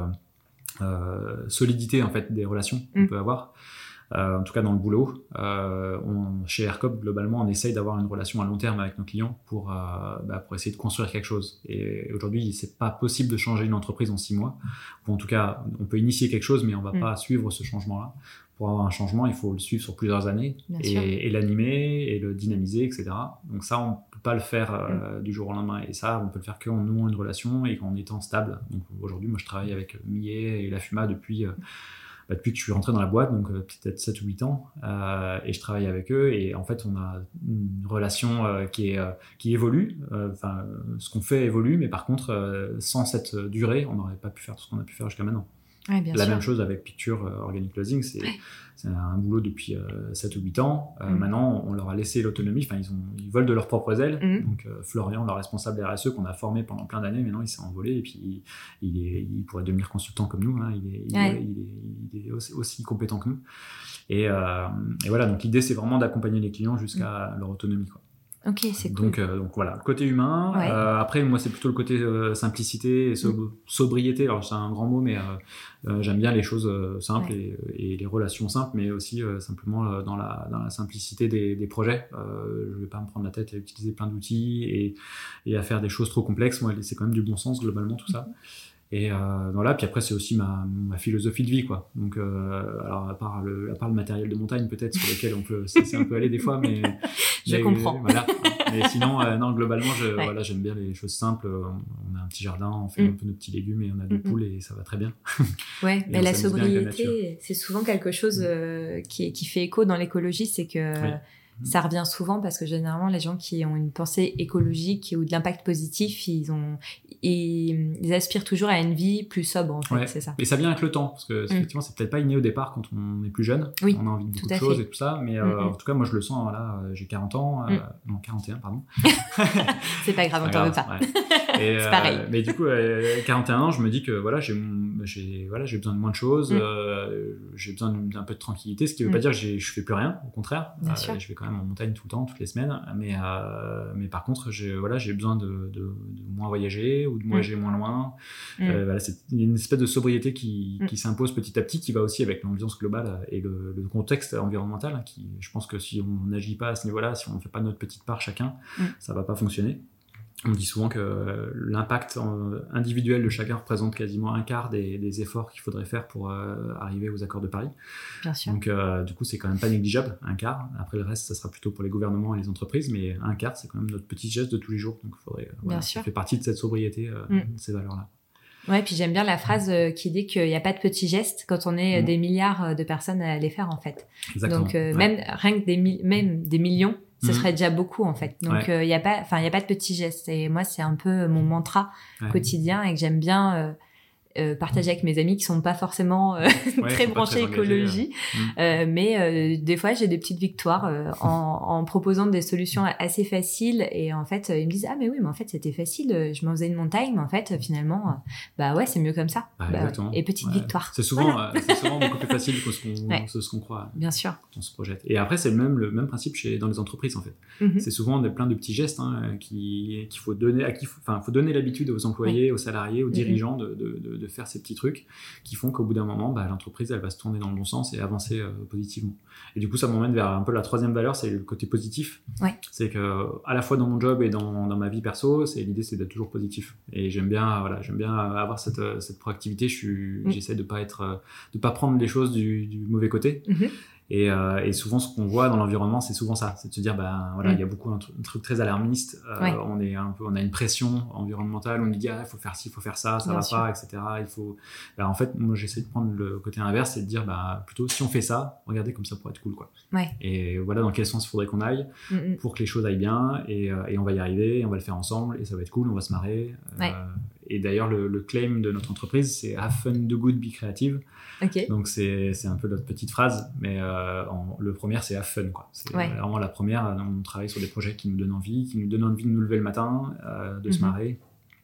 B: euh, solidité en fait des relations qu'on mm. peut avoir. Euh, en tout cas dans le boulot, euh, on, chez Aircop globalement on essaye d'avoir une relation à long terme avec nos clients pour, euh, bah, pour essayer de construire quelque chose. Et aujourd'hui c'est pas possible de changer une entreprise en six mois, ou en tout cas on peut initier quelque chose mais on va mmh. pas suivre ce changement là. Pour avoir un changement il faut le suivre sur plusieurs années et, et l'animer et le dynamiser, etc. Donc ça on peut pas le faire euh, mmh. du jour au lendemain, et ça on peut le faire qu'en nouant une relation et qu'en étant stable. Donc aujourd'hui moi je travaille avec Millet et La Fuma depuis euh, Bah, depuis que je suis rentré dans la boîte, donc euh, peut-être sept ou huit ans, euh, et je travaille avec eux, et en fait on a une relation euh, qui, est, euh, qui évolue, enfin euh, ce qu'on fait évolue, mais par contre euh, sans cette durée on n'aurait pas pu faire tout ce qu'on a pu faire jusqu'à maintenant.
A: Ouais, bien
B: la
A: sûr.
B: même chose avec Picture euh, Organic Closing, c'est, ouais. c'est un boulot depuis euh, sept ou huit ans. Euh, mm. Maintenant, on leur a laissé l'autonomie, enfin, ils, ont, ils volent de leurs propres ailes. Mm. Donc, euh, Florian, leur responsable R S E, qu'on a formé pendant plein d'années, maintenant il s'est envolé et puis il, il, est, il pourrait devenir consultant comme nous. Hein, il, est, il, ouais. est, il, est, il est aussi, aussi compétent que nous. Et, euh, et voilà, donc l'idée, c'est vraiment d'accompagner les clients jusqu'à mm. leur autonomie, quoi.
A: Ok, c'est cool.
B: Donc, euh, donc voilà, le côté humain. Ouais. Euh, après, moi, c'est plutôt le côté euh, simplicité et so- mmh. sobriété. Alors, c'est un grand mot, mais euh, euh, j'aime bien les choses euh, simples ouais. et, et les relations simples, mais aussi euh, simplement euh, dans, la, dans la simplicité des, des projets. Euh, je ne vais pas me prendre la tête à utiliser plein d'outils et, et à faire des choses trop complexes. Moi, c'est quand même du bon sens, globalement, tout ça. Et euh, voilà, puis après c'est aussi ma, ma philosophie de vie, quoi. Donc euh, alors à part le à part le matériel de montagne peut-être sur lequel on peut c'est, c'est un peu aller des fois, mais
A: je
B: mais,
A: comprends.
B: Voilà. Mais sinon euh, non, globalement je
A: ouais.
B: voilà, j'aime bien les choses simples. On a un petit jardin, on fait mm. un peu nos petits légumes et on a des mm. poules et ça va très bien.
A: Ouais, mais la sobriété la c'est souvent quelque chose euh, qui qui fait écho dans l'écologie, c'est que oui. Ça revient souvent parce que généralement les gens qui ont une pensée écologique ou de l'impact positif, ils ont, ils, ils aspirent toujours à une vie plus sobre, en fait,
B: ouais.
A: c'est ça.
B: Et ça vient avec le temps, parce que effectivement, mm. c'est peut-être pas inné au départ quand on est plus jeune.
A: Oui,
B: on a envie de beaucoup de
A: fait.
B: choses et tout ça, mais euh,
A: mm-hmm.
B: en tout cas, moi je le sens. Voilà, j'ai quarante ans, euh, mm. non quarante et un, pardon.
A: C'est pas grave, on t'en veut pas.
B: Ouais. Et,
A: c'est pareil.
B: Euh, mais du coup, euh, quarante et un ans, je me dis que voilà, j'ai, j'ai, voilà, j'ai besoin de moins de choses, mm. euh, j'ai besoin d'un peu de tranquillité, ce qui veut mm. pas dire que j'ai, je fais plus rien, au contraire.
A: Bien
B: euh,
A: sûr.
B: Je vais quand même en montagne tout le temps, toutes les semaines, mais euh, mais par contre j'ai voilà j'ai besoin de, de, de moins voyager ou de voyager mmh. moins loin. Mmh. Euh, voilà, c'est une espèce de sobriété qui, mmh. qui s'impose petit à petit, qui va aussi avec l'ambiance globale et le, le contexte environnemental. Qui, je pense que si on n'agit pas à ce niveau-là, si on ne fait pas notre petite part chacun, mmh. ça va pas fonctionner. On dit souvent que l'impact individuel de chacun représente quasiment un quart des, des efforts qu'il faudrait faire pour euh, arriver aux accords de Paris.
A: Bien sûr.
B: Donc, euh, du coup, c'est quand même pas négligeable, un quart. Après, le reste, ça sera plutôt pour les gouvernements et les entreprises, mais un quart, c'est quand même notre petit geste de tous les jours. Donc, il faudrait. Voilà, ça fait partie de cette sobriété, euh, mm. de ces valeurs-là.
A: Ouais, puis j'aime bien la phrase euh, qui dit qu'il n'y a pas de petits gestes quand on est mmh. des milliards de personnes à les faire, en fait.
B: Exactement.
A: Donc, euh,
B: ouais.
A: même, rien que des, mi- même des millions, ce mmh. serait déjà beaucoup, en fait. Donc, il ouais. n'y euh, a pas, enfin, il n'y a pas de petits gestes. Et moi, c'est un peu mon mantra ouais. quotidien et que j'aime bien euh, euh, partager avec mes amis qui sont pas forcément euh, ouais, très branchés très écologie. Euh, euh, mais euh, des fois, j'ai des petites victoires euh, en, en proposant des solutions assez faciles. Et en fait, ils me disent « Ah, mais oui, mais en fait, c'était facile. Je m'en faisais une montagne. Mais en fait, finalement, euh, bah ouais, c'est mieux comme ça.
B: Ah,
A: bah, et petite
B: ouais.
A: victoire. »
B: C'est souvent, voilà. euh, c'est souvent beaucoup plus facile que ce qu'on, ouais. ce qu'on croit.
A: Bien sûr.
B: Quand on se projette. Et après, c'est le même, le même principe chez, dans les entreprises, en fait. Mm-hmm. C'est souvent de, plein de petits gestes hein, qui, qu'il faut donner, à qui, enfin, faut donner l'habitude aux employés, ouais. aux salariés, aux mm-hmm. dirigeants de, de, de, de faire ces petits trucs qui font qu'au bout d'un moment, bah, l'entreprise, elle va se tourner dans le bon sens et avancer euh, positivement. Et du coup, ça m'emmène vers un peu la troisième valeur, c'est le côté positif.
A: Ouais.
B: C'est que, à la fois dans mon job et dans, dans ma vie perso, c'est, l'idée, c'est d'être toujours positif. Et j'aime bien, voilà, j'aime bien avoir cette, cette proactivité. Je suis, mm. J'essaie de pas être, de pas prendre les choses du, du mauvais côté. Mm-hmm. Et, euh, et souvent, ce qu'on voit dans l'environnement, c'est souvent ça. C'est de se dire, ben voilà, il
A: Mm.
B: y a beaucoup un, tr- un truc très alarmiste. Euh,
A: Ouais.
B: on est un peu, on a une pression environnementale. On nous dit, ah, il faut faire ci, il faut faire ça, ça
A: Bien
B: va
A: sûr.
B: pas, et cetera. Il faut. Ben, en fait, moi, j'essaie de prendre le côté inverse, c'est de dire, bah plutôt, si on fait ça, regardez comme ça pourrait être cool, quoi.
A: Ouais.
B: Et voilà dans quel sens il faudrait qu'on aille
A: Mm-mm.
B: pour que les choses aillent bien. Et, euh, et on va y arriver, et on va le faire ensemble, et ça va être cool, on va se marrer. Euh,
A: Ouais.
B: Et d'ailleurs, le, le claim de notre entreprise, c'est Have fun, do good, be creative.
A: Ok.
B: Donc c'est, c'est un peu notre petite phrase, mais euh, en, le premier c'est have fun, quoi. C'est
A: Ouais.
B: vraiment la première. On travaille sur des projets qui nous donnent envie, qui nous donnent envie de nous lever le matin, euh, de
A: Mhm.
B: se marrer.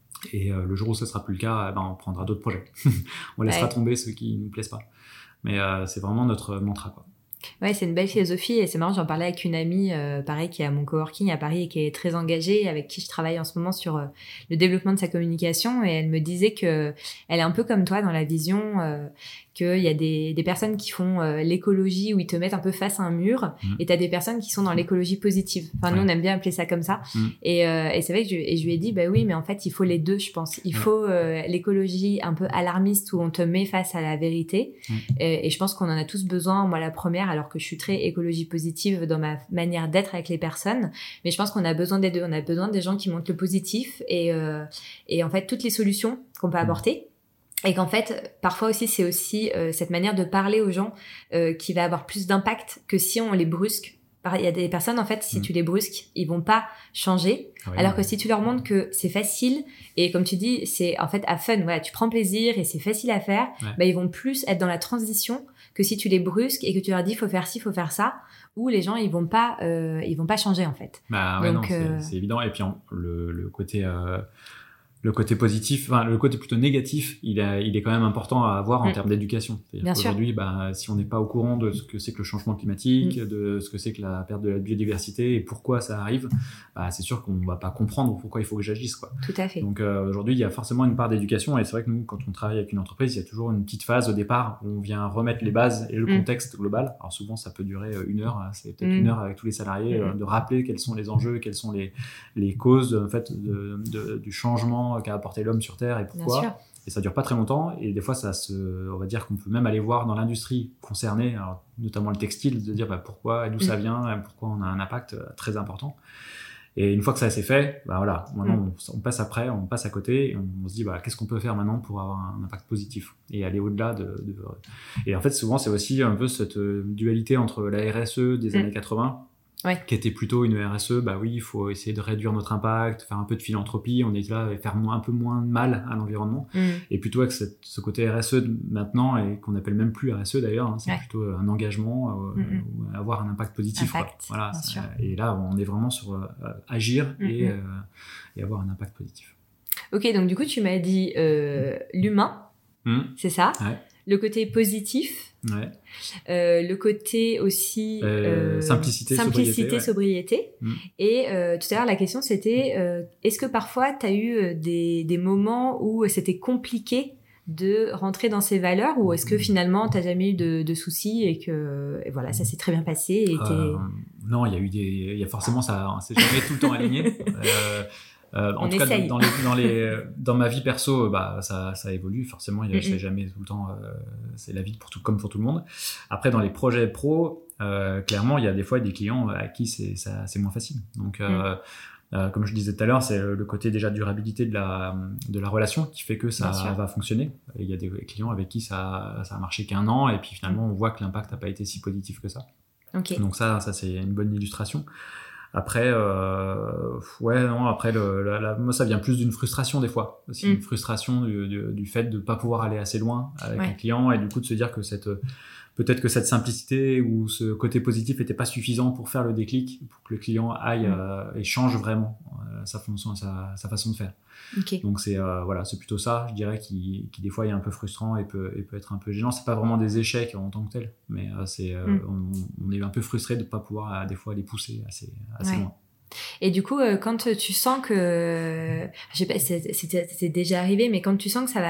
B: Et euh, le jour où ce sera plus le cas, eh ben, on prendra d'autres projets. On laissera
A: Ouais.
B: tomber ceux qui ne nous plaisent pas. Mais euh, c'est vraiment notre mantra, quoi.
A: Ouais, c'est une belle philosophie et c'est marrant, j'en parlais avec une amie, euh, pareil, qui est à mon coworking à Paris et qui est très engagée, avec qui je travaille en ce moment sur euh, le développement de sa communication, et elle me disait que elle est un peu comme toi dans la vision euh, qu'il y a des, des personnes qui font euh, l'écologie où ils te mettent un peu face à un mur,
B: Mhm.
A: et t'as des personnes qui sont dans l'écologie positive. Enfin, nous,
B: Ouais.
A: on aime bien appeler ça comme ça.
B: Mhm.
A: Et, euh, et c'est vrai que je, et je lui ai dit, bah oui, mais en fait, il faut les deux, je pense. Il
B: Ouais.
A: faut euh, l'écologie un peu alarmiste où on te met face à la vérité.
B: Mhm.
A: Et, et je pense qu'on en a tous besoin. Moi, la première, alors que je suis très écologie positive dans ma manière d'être avec les personnes. Mais je pense qu'on a besoin des deux. On a besoin des gens qui montrent le positif et, euh, et en fait, toutes les solutions qu'on peut apporter. Et qu'en fait, parfois aussi, c'est aussi euh, cette manière de parler aux gens euh, qui va avoir plus d'impact que si on les brusque. Par- Il y a des personnes, en fait, si
B: Mm.
A: tu les brusques, ils vont pas changer.
B: Ah ouais,
A: Alors
B: ouais.
A: que si tu leur montres que c'est facile, et comme tu dis, c'est en fait à fun, voilà, tu prends plaisir et c'est facile à faire,
B: Ouais.
A: bah, ils vont plus être dans la transition que si tu les brusques et que tu leur dis faut faire ci, faut faire ça, où les gens, ils vont pas, euh, ils vont pas changer, en fait.
B: Bah ouais,
A: Donc,
B: non,
A: euh,
B: c'est, c'est évident. Et puis en- le, le côté euh, le côté positif, enfin le côté plutôt négatif, il, a, il est quand même important à avoir en
A: Mm.
B: termes d'éducation. C'est-à-dire
A: Bien sûr.
B: qu'aujourd'hui, bah, si on n'est pas au courant de ce que c'est que le changement climatique,
A: Mm.
B: de ce que c'est que la perte de la biodiversité et pourquoi ça arrive, bah, c'est sûr qu'on va pas comprendre pourquoi il faut que j'agisse, quoi.
A: Tout à fait.
B: Donc euh, aujourd'hui, il y a forcément une part d'éducation, et c'est vrai que nous, quand on travaille avec une entreprise, il y a toujours une petite phase au départ où on vient remettre les bases et le
A: Mm.
B: contexte global. Alors souvent, ça peut durer euh, une heure, hein, c'est peut-être
A: Mm.
B: une heure avec tous les salariés,
A: Mm.
B: euh, de rappeler quels sont les enjeux, quelles sont les, les causes en fait, de, de, du changement qu'a apporté l'homme sur Terre et
A: Bien
B: pourquoi.
A: sûr.
B: Et ça dure pas très longtemps, et des fois, ça se, on va dire qu'on peut même aller voir dans l'industrie concernée, alors, notamment le textile, de dire bah, pourquoi, d'où
A: Mm.
B: ça vient, pourquoi on a un impact euh, très important. Et une fois que ça s'est fait, bah voilà, maintenant
A: Mm.
B: on, on passe après, on passe à côté, et on, on se dit bah, qu'est-ce qu'on peut faire maintenant pour avoir un impact positif et aller au-delà de, de... Et en fait, souvent, c'est aussi un peu cette euh, dualité entre la R S E des
A: Mm.
B: années quatre-vingts,
A: Ouais.
B: qui était plutôt une R S E, bah oui, il faut essayer de réduire notre impact, faire un peu de philanthropie, on est là et faire moins, un peu moins de mal à l'environnement.
A: Mm.
B: Et plutôt avec cette, ce côté R S E de maintenant, et qu'on appelle même plus R S E d'ailleurs, hein, c'est
A: Ouais.
B: plutôt un engagement, euh,
A: Mm-mm.
B: ou avoir un impact positif.
A: Impact,
B: quoi. Voilà,
A: bien
B: ça-
A: sûr.
B: et là, on est vraiment sur euh, agir et,
A: Mm-mm.
B: euh, et avoir un impact positif.
A: Ok, donc du coup, tu m'as dit euh, l'humain,
B: Hum,
A: c'est ça.
B: Ouais.
A: Le côté positif,
B: ouais.
A: euh, le côté aussi
B: Euh, simplicité,
A: simplicité,
B: sobriété, ouais.
A: sobriété.
B: Mm.
A: Et euh, tout à l'heure, la question c'était euh, est-ce que parfois tu as eu euh, des, des moments où c'était compliqué de rentrer dans ces valeurs, ou est-ce que finalement tu n'as jamais eu de, de soucis et que et voilà, ça s'est très bien passé et t'es-
B: Euh, non, il y a eu des, il y a forcément ça, c'est jamais tout le temps aligné. Euh, euh, en
A: On
B: tout cas,
A: essaye.
B: dans, les, dans, les, dans ma vie perso, bah, ça, ça évolue forcément. Il y a,
A: Mm-mm.
B: c'est jamais tout le temps, euh, c'est la vie pour tout, comme pour tout le monde. Après, dans les projets pro, euh, clairement, il y a des fois des clients à qui c'est, ça, c'est moins facile. Donc, euh, euh, comme je disais tout à l'heure, c'est le côté déjà durabilité de la, de la relation qui fait que ça
A: Bien sûr.
B: va fonctionner. Et il y a des clients avec qui ça, ça a marché qu'un an, et puis finalement, on voit que l'impact n'a pas été si positif que ça.
A: Ok.
B: Donc ça, ça c'est une bonne illustration. Après, euh, ouais, non, après, le, la, la, moi, ça vient plus d'une frustration des fois. Aussi,
A: Mm.
B: une frustration du, du, du fait de ne pas pouvoir aller assez loin avec
A: Ouais.
B: un client, et du coup de se dire que cette, peut-être que cette simplicité ou ce côté positif n'était pas suffisant pour faire le déclic, pour que le client aille
A: Mm.
B: euh, et change vraiment euh, sa, fonction, sa, sa façon de faire.
A: Ok.
B: Donc c'est euh, voilà, c'est plutôt ça, je dirais, qui, qui des fois est un peu frustrant et peut, et peut être un peu gênant. C'est pas vraiment des échecs en tant que tel, mais euh, c'est euh,
A: Mm.
B: on, on est un peu frustré de pas pouvoir euh, des fois les pousser assez, assez
A: Ouais.
B: loin.
A: Et du coup, euh, quand tu sens que, je sais pas, c'est, c'est, c'est déjà arrivé, mais quand tu sens que ça va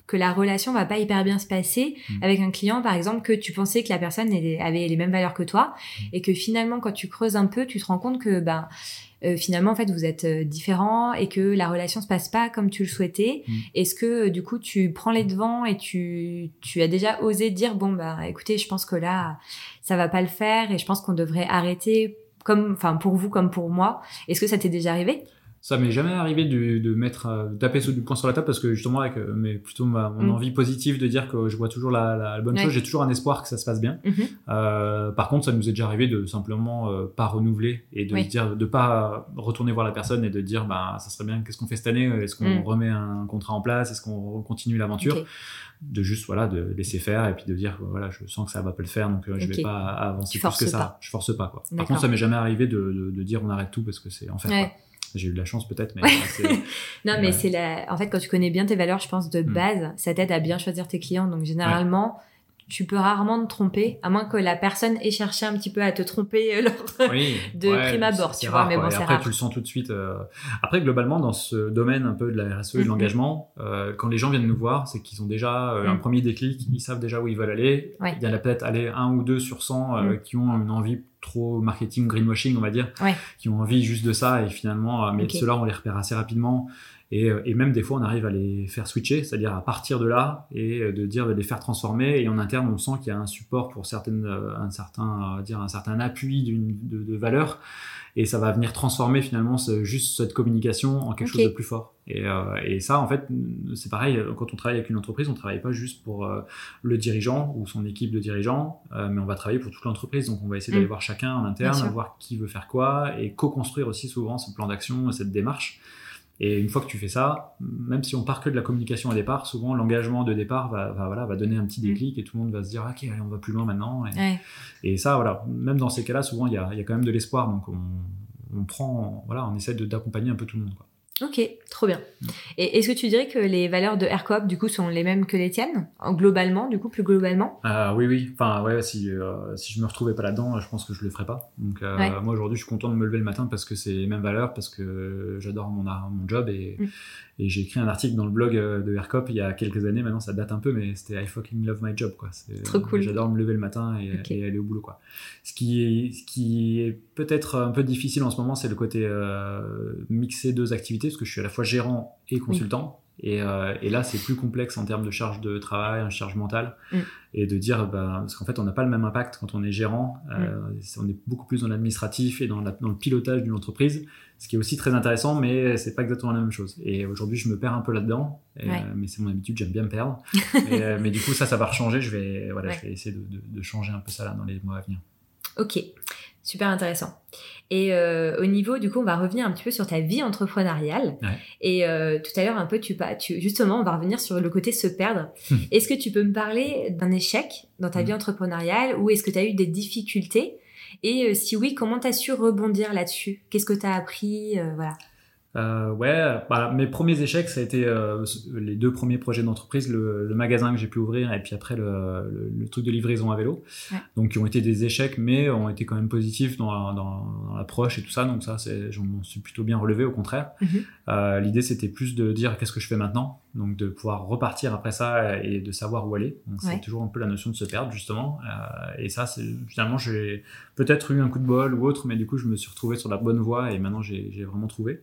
A: que la relation va pas hyper bien se passer mmh. avec un client, par exemple, que tu pensais que la personne avait les mêmes valeurs que toi mmh. et que finalement, quand tu creuses un peu, tu te rends compte que ben, euh, finalement, en fait, vous êtes euh, différents et que la relation se passe pas comme tu le souhaitais. Mmh. Est-ce que, euh, du coup, tu prends les devants et tu, tu as déjà osé dire, bon, bah, écoutez, je pense que là, ça va pas le faire et je pense qu'on devrait arrêter, comme, enfin, pour vous comme pour moi. Est-ce que ça t'est déjà arrivé ?
B: Ça m'est jamais arrivé de, de mettre, euh, de taper du poing sur la table parce que justement avec euh, mais plutôt ma, mon mmh. envie positive de dire que je vois toujours la, la, la bonne ouais. chose, j'ai toujours un espoir que ça se passe bien. Mmh. Euh, par contre, ça nous est déjà arrivé de simplement euh, pas renouveler et de oui. se dire, de pas retourner voir la personne et de dire, bah ça serait bien, qu'est-ce qu'on fait cette année ? Est-ce qu'on mmh. remet un contrat en place ? Est-ce qu'on continue l'aventure ? Okay. De juste voilà de laisser faire et puis de dire voilà je sens que ça va pas le faire donc euh, je okay. vais pas avancer plus que ça. Pas. Je force pas quoi. D'accord. Par contre, ça m'est jamais arrivé de, de, de dire on arrête tout parce que c'est enfer. Ouais. Quoi. J'ai eu de la chance peut-être, mais c'est...
A: non, mais ouais. c'est la. En fait, quand tu connais bien tes valeurs, je pense de base, mmh. ça t'aide à bien choisir tes clients. Donc généralement, ouais. tu peux rarement te tromper, à moins que la personne ait cherché un petit peu à te tromper lors oui, de ouais, prime abord, tu vois.
B: Rare,
A: mais bon,
B: et
A: c'est
B: après,
A: rare.
B: tu le sens tout de suite. Euh... Après, globalement, dans ce domaine un peu de la R S E et de mmh. l'engagement, euh, quand les gens viennent nous voir, c'est qu'ils ont déjà euh, mmh. un premier déclic, ils savent déjà où ils veulent aller. Ouais. Il y en a peut-être aller un ou deux sur cent euh, mmh. qui ont une envie trop marketing, greenwashing, on va dire, ouais. qui ont envie juste de ça et finalement, euh, mais okay. ceux-là, on les repère assez rapidement. Et, et même des fois, on arrive à les faire switcher, c'est-à-dire à partir de là et de dire de les faire transformer. Et en interne, on sent qu'il y a un support pour certaines, un certain, dire un certain appui d'une, de, de valeur. Et ça va venir transformer finalement ce, juste cette communication en quelque okay. chose de plus fort. Et, euh, et ça, en fait, c'est pareil. Quand on travaille avec une entreprise, on travaille pas juste pour euh, le dirigeant ou son équipe de dirigeants, euh, mais on va travailler pour toute l'entreprise. Donc, on va essayer mmh. d'aller voir chacun en interne, voir qui veut faire quoi, et co-construire aussi souvent ce plan d'action, cette démarche. Et une fois que tu fais ça, même si on part que de la communication au départ, souvent l'engagement de départ va, va, voilà, va donner un petit déclic mmh. et tout le monde va se dire ok, allez, on va plus loin maintenant. Et, ouais. et ça, voilà, même dans ces cas-là, souvent il y a, y a quand même de l'espoir. Donc on, on prend, voilà, on essaie de, d'accompagner un peu tout le monde, quoi.
A: Ok, trop bien. Et est-ce que tu dirais que les valeurs de AirCoop, du coup, sont les mêmes que les tiennes, globalement, du coup, plus globalement ?
B: euh, Oui, oui. Enfin, ouais, si, euh, si je me retrouvais pas là-dedans, je pense que je le ferais pas. Donc, euh, ouais. moi, aujourd'hui, je suis content de me lever le matin parce que c'est les mêmes valeurs, parce que j'adore mon, mon job et, mm. et j'ai écrit un article dans le blog de AirCoop il y a quelques années. Maintenant, ça date un peu, mais c'était I fucking love my job, quoi. C'est,
A: trop cool.
B: J'adore me lever le matin et, okay. et aller au boulot, quoi. Ce qui est, ce qui est peut-être un peu difficile en ce moment, c'est le côté euh, mixer deux activités, parce que je suis à la fois gérant et consultant. Oui. Et, euh, et là, c'est plus complexe en termes de charge de travail, en charge mentale. Mm. Et de dire, bah, parce qu'en fait, on n'a pas le même impact quand on est gérant. Euh, mm. On est beaucoup plus dans l'administratif et dans, la, dans le pilotage d'une entreprise, ce qui est aussi très intéressant, mais c'est pas exactement la même chose. Et aujourd'hui, je me perds un peu là-dedans. Et, ouais. euh, mais c'est mon habitude, j'aime bien me perdre. et, euh, mais du coup, ça, ça va rechanger. Je vais, voilà, ouais. je vais essayer de, de, de changer un peu ça là dans les mois à venir.
A: Ok. Super intéressant. Et euh, au niveau, du coup, on va revenir un petit peu sur ta vie entrepreneuriale. Ouais. Et euh, tout à l'heure, un peu, tu, tu, justement, on va revenir sur le côté se perdre. Est-ce que tu peux me parler d'un échec dans ta mmh. vie entrepreneuriale ou est-ce que tu as eu des difficultés ? Et euh, si oui, comment tu as su rebondir là-dessus ? Qu'est-ce que tu as appris euh, voilà.
B: Euh, ouais, bah, mes premiers échecs, ça a été euh, les deux premiers projets d'entreprise, le, le magasin que j'ai pu ouvrir et puis après le, le, le truc de livraison à vélo. Ouais. Donc, qui ont été des échecs, mais ont été quand même positifs dans, dans, dans l'approche et tout ça. Donc ça, c'est, j'en suis plutôt bien relevé, au contraire. Mm-hmm. Euh, l'idée, c'était plus de dire qu'est-ce que je fais maintenant. Donc, de pouvoir repartir après ça et de savoir où aller. Donc, ouais. c'est toujours un peu la notion de se perdre, justement. Euh, et ça, c'est, finalement, j'ai peut-être eu un coup de bol ou autre, mais du coup, je me suis retrouvé sur la bonne voie et maintenant, j'ai, j'ai vraiment trouvé.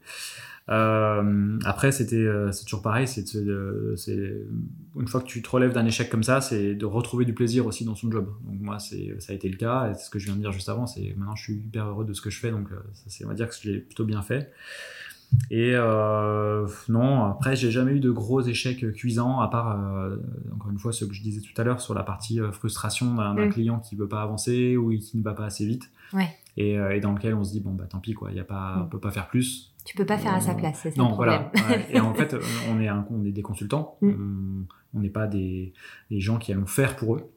B: Euh, après, c'était, euh, c'est toujours pareil. C'est, de, c'est une fois que tu te relèves d'un échec comme ça, c'est de retrouver du plaisir aussi dans son job. Donc moi, c'est, ça a été le cas. Et c'est ce que je viens de dire juste avant. C'est maintenant, je suis hyper heureux de ce que je fais. Donc, euh, ça, c'est, on va dire que je l'ai plutôt bien fait. Et euh, non, après, j'ai jamais eu de gros échecs cuisants, à part euh, encore une fois ce que je disais tout à l'heure sur la partie euh, frustration d'un, d'un mmh. client qui veut pas avancer ou qui ne va pas assez vite. Ouais. Et, euh, et dans lequel on se dit bon bah tant pis quoi, il y a pas, mmh. on peut pas faire plus.
A: Tu peux pas faire
B: on,
A: à sa place, c'est ça
B: non,
A: le problème.
B: Voilà. Ouais. Et en fait, on est, un, on est des consultants, mmh. on n'est pas des, des gens qui allons faire pour eux.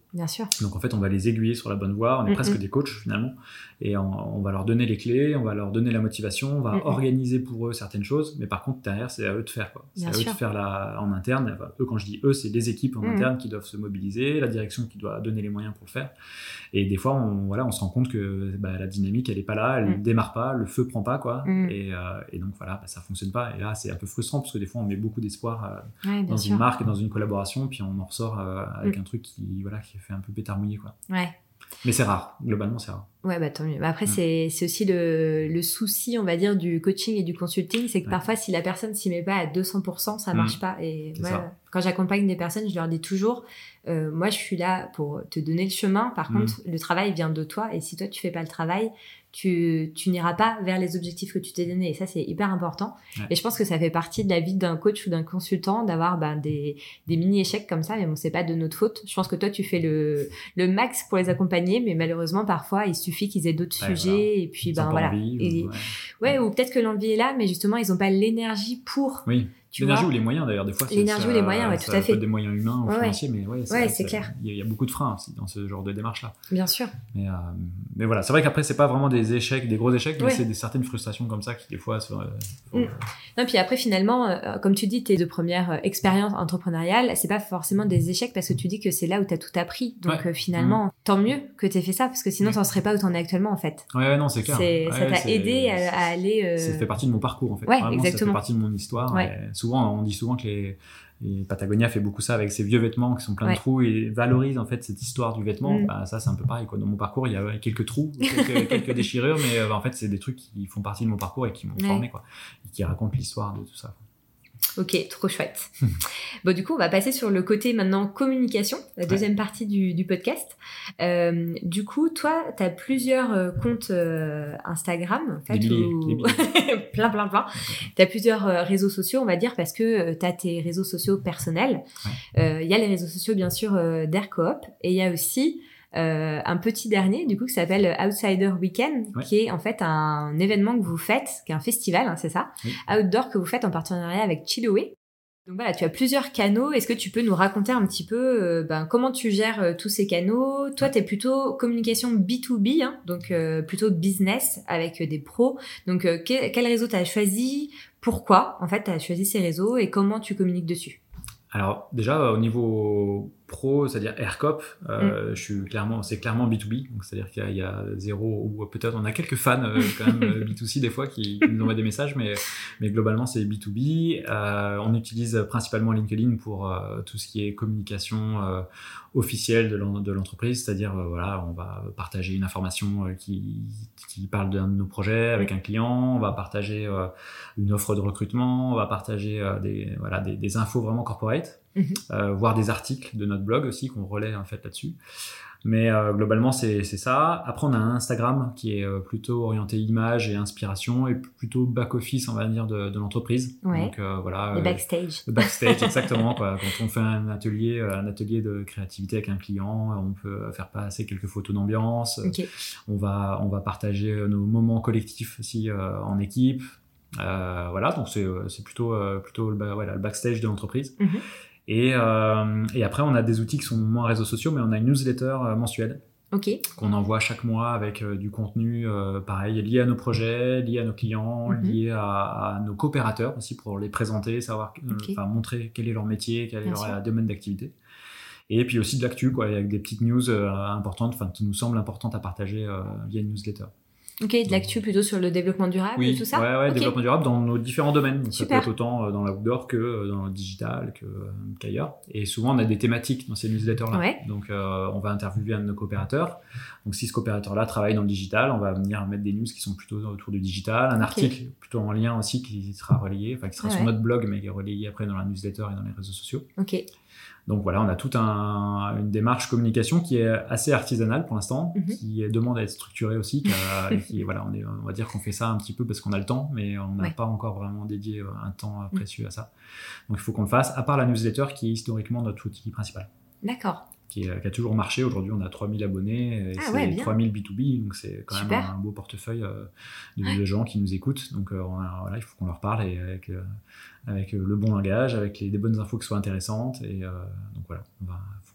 A: Bien sûr.
B: Donc en fait, on va les aiguiller sur la bonne voie. On est mmh presque des coachs finalement. Et on, on va leur donner les clés, on va leur donner la motivation, on va mmh organiser pour eux certaines choses. Mais par contre, derrière, c'est à eux de faire, quoi. C'est Bien à sûr. eux de faire la, en interne. Enfin, eux, quand je dis eux, c'est les équipes en mmh interne qui doivent se mobiliser, la direction qui doit donner les moyens pour le faire. Et des fois, on, voilà, on se rend compte que bah, la dynamique, elle est pas là, elle mmh. démarre pas, le feu prend pas, quoi. Mmh. Et, euh, et donc voilà, bah, ça fonctionne pas. Et là, c'est un peu frustrant parce que des fois, on met beaucoup d'espoir euh, ouais, dans sûr. une marque et dans une collaboration, puis on en ressort euh, avec mmh. un truc qui, voilà, qui fait un peu pétard mouillé, quoi.
A: Ouais.
B: Mais c'est rare, globalement c'est rare.
A: Ouais, bah tant mieux. Bah, après, mmh. c'est, c'est aussi le, le souci, on va dire, du coaching et du consulting, c'est que ouais. parfois, si la personne s'y met pas à deux cents pour cent, ça marche mmh. pas. Et moi, ça. quand j'accompagne des personnes, je leur dis toujours, euh, moi, je suis là pour te donner le chemin. Par mmh. contre, le travail vient de toi. Et si toi, tu fais pas le travail, tu, tu n'iras pas vers les objectifs que tu t'es donnés. Et ça, c'est hyper important. Ouais. Et je pense que ça fait partie de la vie d'un coach ou d'un consultant d'avoir ben, des, des mini-échecs comme ça. Mais bon, c'est pas de notre faute. Je pense que toi, tu fais le, le max pour les accompagner. Mais malheureusement, parfois, il suffit qu'ils aient d'autres ouais, sujets. Voilà. Et puis, ben voilà. Envie, et, ou, ouais. ouais, ou peut-être que l'envie est là, mais justement, ils n'ont pas l'énergie pour.
B: Oui. Tu l'énergie vois, ou les moyens d'ailleurs, des fois.
A: L'énergie
B: ça,
A: ou les moyens, ouais, tout à fait.
B: Des moyens humains ou ouais. financiers, mais ouais, c'est,
A: ouais,
B: vrai,
A: c'est clair.
B: Il y, y a beaucoup de freins aussi dans ce genre de démarche-là.
A: Bien sûr.
B: Mais, euh, mais voilà, c'est vrai qu'après, c'est pas vraiment des échecs, des gros échecs, mais
A: ouais.
B: c'est des certaines frustrations comme ça qui, des fois, sont, euh, faut,
A: mm. Non, puis après, finalement, euh, comme tu dis, tes deux premières euh, expériences entrepreneuriales, c'est pas forcément des échecs parce que tu dis que c'est là où t'as tout appris. Donc ouais. euh, finalement, mm. tant mieux que t'aies fait ça parce que sinon, t'en serais pas où t'en es actuellement, en fait.
B: Ouais, ouais non, c'est clair.
A: C'est,
B: ouais,
A: ça t'a
B: c'est,
A: aidé à, à aller. Euh...
B: Ça fait partie de mon parcours, en fait.
A: Ouais,
B: Vraiment,
A: exactement.
B: Ça fait partie de mon histoire.
A: Ouais.
B: Et souvent, on dit souvent que les. Et Patagonia fait beaucoup ça avec ses vieux vêtements qui sont pleins ouais. de trous et valorise en fait cette histoire du vêtement. Mm. Bah, ça c'est un peu pareil quoi. Dans mon parcours il y a quelques trous, quelques, quelques déchirures, mais euh, en fait c'est des trucs qui font partie de mon parcours et qui m'ont ouais. formé quoi, et qui racontent l'histoire de tout ça.
A: Ok, trop chouette. Bon, du coup, on va passer sur le côté maintenant communication, la deuxième ouais. partie du, du podcast. Euh, du coup, toi, tu as plusieurs euh, comptes euh, Instagram, en fait,
B: des milliers,
A: ou...
B: des milliers.
A: plein, plein, plein. Tu as plusieurs euh, réseaux sociaux, on va dire, parce que euh, tu as tes réseaux sociaux personnels. Il ouais. euh, y a les réseaux sociaux, bien sûr, euh, d'Aircoop, et il y a aussi... Euh, un petit dernier du coup qui s'appelle Outsider Weekend ouais. qui est en fait un événement que vous faites, qui est un festival, hein, c'est ça, oui. outdoor que vous faites en partenariat avec Chiloé. Donc voilà, tu as plusieurs canaux. Est-ce que tu peux nous raconter un petit peu euh, ben, comment tu gères euh, tous ces canaux? Toi, tu es plutôt communication B deux B, hein, donc euh, plutôt business avec euh, des pros. Donc euh, quel, quel réseau tu as choisi? Pourquoi en fait tu as choisi ces réseaux et comment tu communiques dessus?
B: Alors déjà au niveau pro, c'est-à-dire Aircoop, euh, mm. je suis clairement, c'est clairement B deux B, donc c'est-à-dire qu'il y a, il y a zéro ou peut-être on a quelques fans euh, quand même B deux C des fois qui, qui nous envoient des messages, mais mais globalement c'est B deux B. Euh, on utilise principalement LinkedIn pour euh, tout ce qui est communication euh, officielle de, l'en, de l'entreprise, c'est-à-dire euh, voilà, on va partager une information euh, qui qui parle d'un de nos projets avec mm. un client, on va partager euh, une offre de recrutement, on va partager euh, des voilà des, des infos vraiment corporate. Mmh. Euh, voir des articles de notre blog aussi qu'on relaie en fait là-dessus, mais euh, globalement c'est, c'est ça. Après on a un Instagram qui est euh, plutôt orienté image et inspiration et plutôt back office on va dire de, de l'entreprise.
A: Ouais.
B: Donc euh, voilà
A: le
B: euh,
A: backstage
B: le backstage exactement quoi. Quand on fait un atelier un atelier de créativité avec un client, on peut faire passer quelques photos d'ambiance. Okay. on va on va partager nos moments collectifs aussi euh, en équipe. Euh, voilà, donc c'est c'est plutôt euh, plutôt le, voilà, le backstage de l'entreprise. Mmh. Et, euh, et après, on a des outils qui sont moins réseaux sociaux, mais on a une newsletter euh, mensuelle
A: okay.
B: qu'on envoie chaque mois avec euh, du contenu, euh, pareil, lié à nos projets, lié à nos clients, mm-hmm. lié à, à nos coopérateurs aussi pour les présenter, savoir, okay. euh, montrer quel est leur métier, quel est Bien leur sûr. domaine d'activité. Et puis aussi de l'actu, quoi, avec des petites news euh, importantes, enfin qui nous semblent importantes à partager euh, via une newsletter.
A: Ok, de l'actu plutôt sur le développement durable
B: oui,
A: et tout ça.
B: Ouais, ouais,
A: okay.
B: développement durable dans nos différents domaines. Donc
A: Super.
B: Ça peut être autant dans l'outdoor que dans le digital, que, qu'ailleurs. Et souvent, on a des thématiques dans ces newsletters-là.
A: Ouais.
B: Donc, euh, on va interviewer un de nos coopérateurs. Donc, si ce coopérateur-là travaille dans le digital, on va venir mettre des news qui sont plutôt autour du digital. Un okay. article plutôt en lien aussi qui sera relayé, enfin qui sera ouais. sur notre blog, mais qui est relayé après dans la newsletter et dans les réseaux sociaux.
A: Ok.
B: Donc voilà, on a toute un, une démarche communication qui est assez artisanale pour l'instant, mm-hmm. qui demande à être structurée aussi. Qui a, qui, voilà, on, est, on va dire qu'on fait ça un petit peu parce qu'on a le temps, mais on n'a ouais. pas encore vraiment dédié un temps précieux à ça. Donc il faut qu'on le fasse, à part la newsletter qui est historiquement notre outil principal.
A: D'accord.
B: Qui, est, qui a toujours marché. Aujourd'hui, on a trois mille abonnés et ah, c'est ouais, trois mille B deux B, donc c'est quand Super. même un, un beau portefeuille euh, de, ouais. de gens qui nous écoutent. Donc euh, on a, voilà, il faut qu'on leur parle et avec, euh, avec le bon langage, avec les, des bonnes infos qui soient intéressantes. Et euh, donc voilà, il faut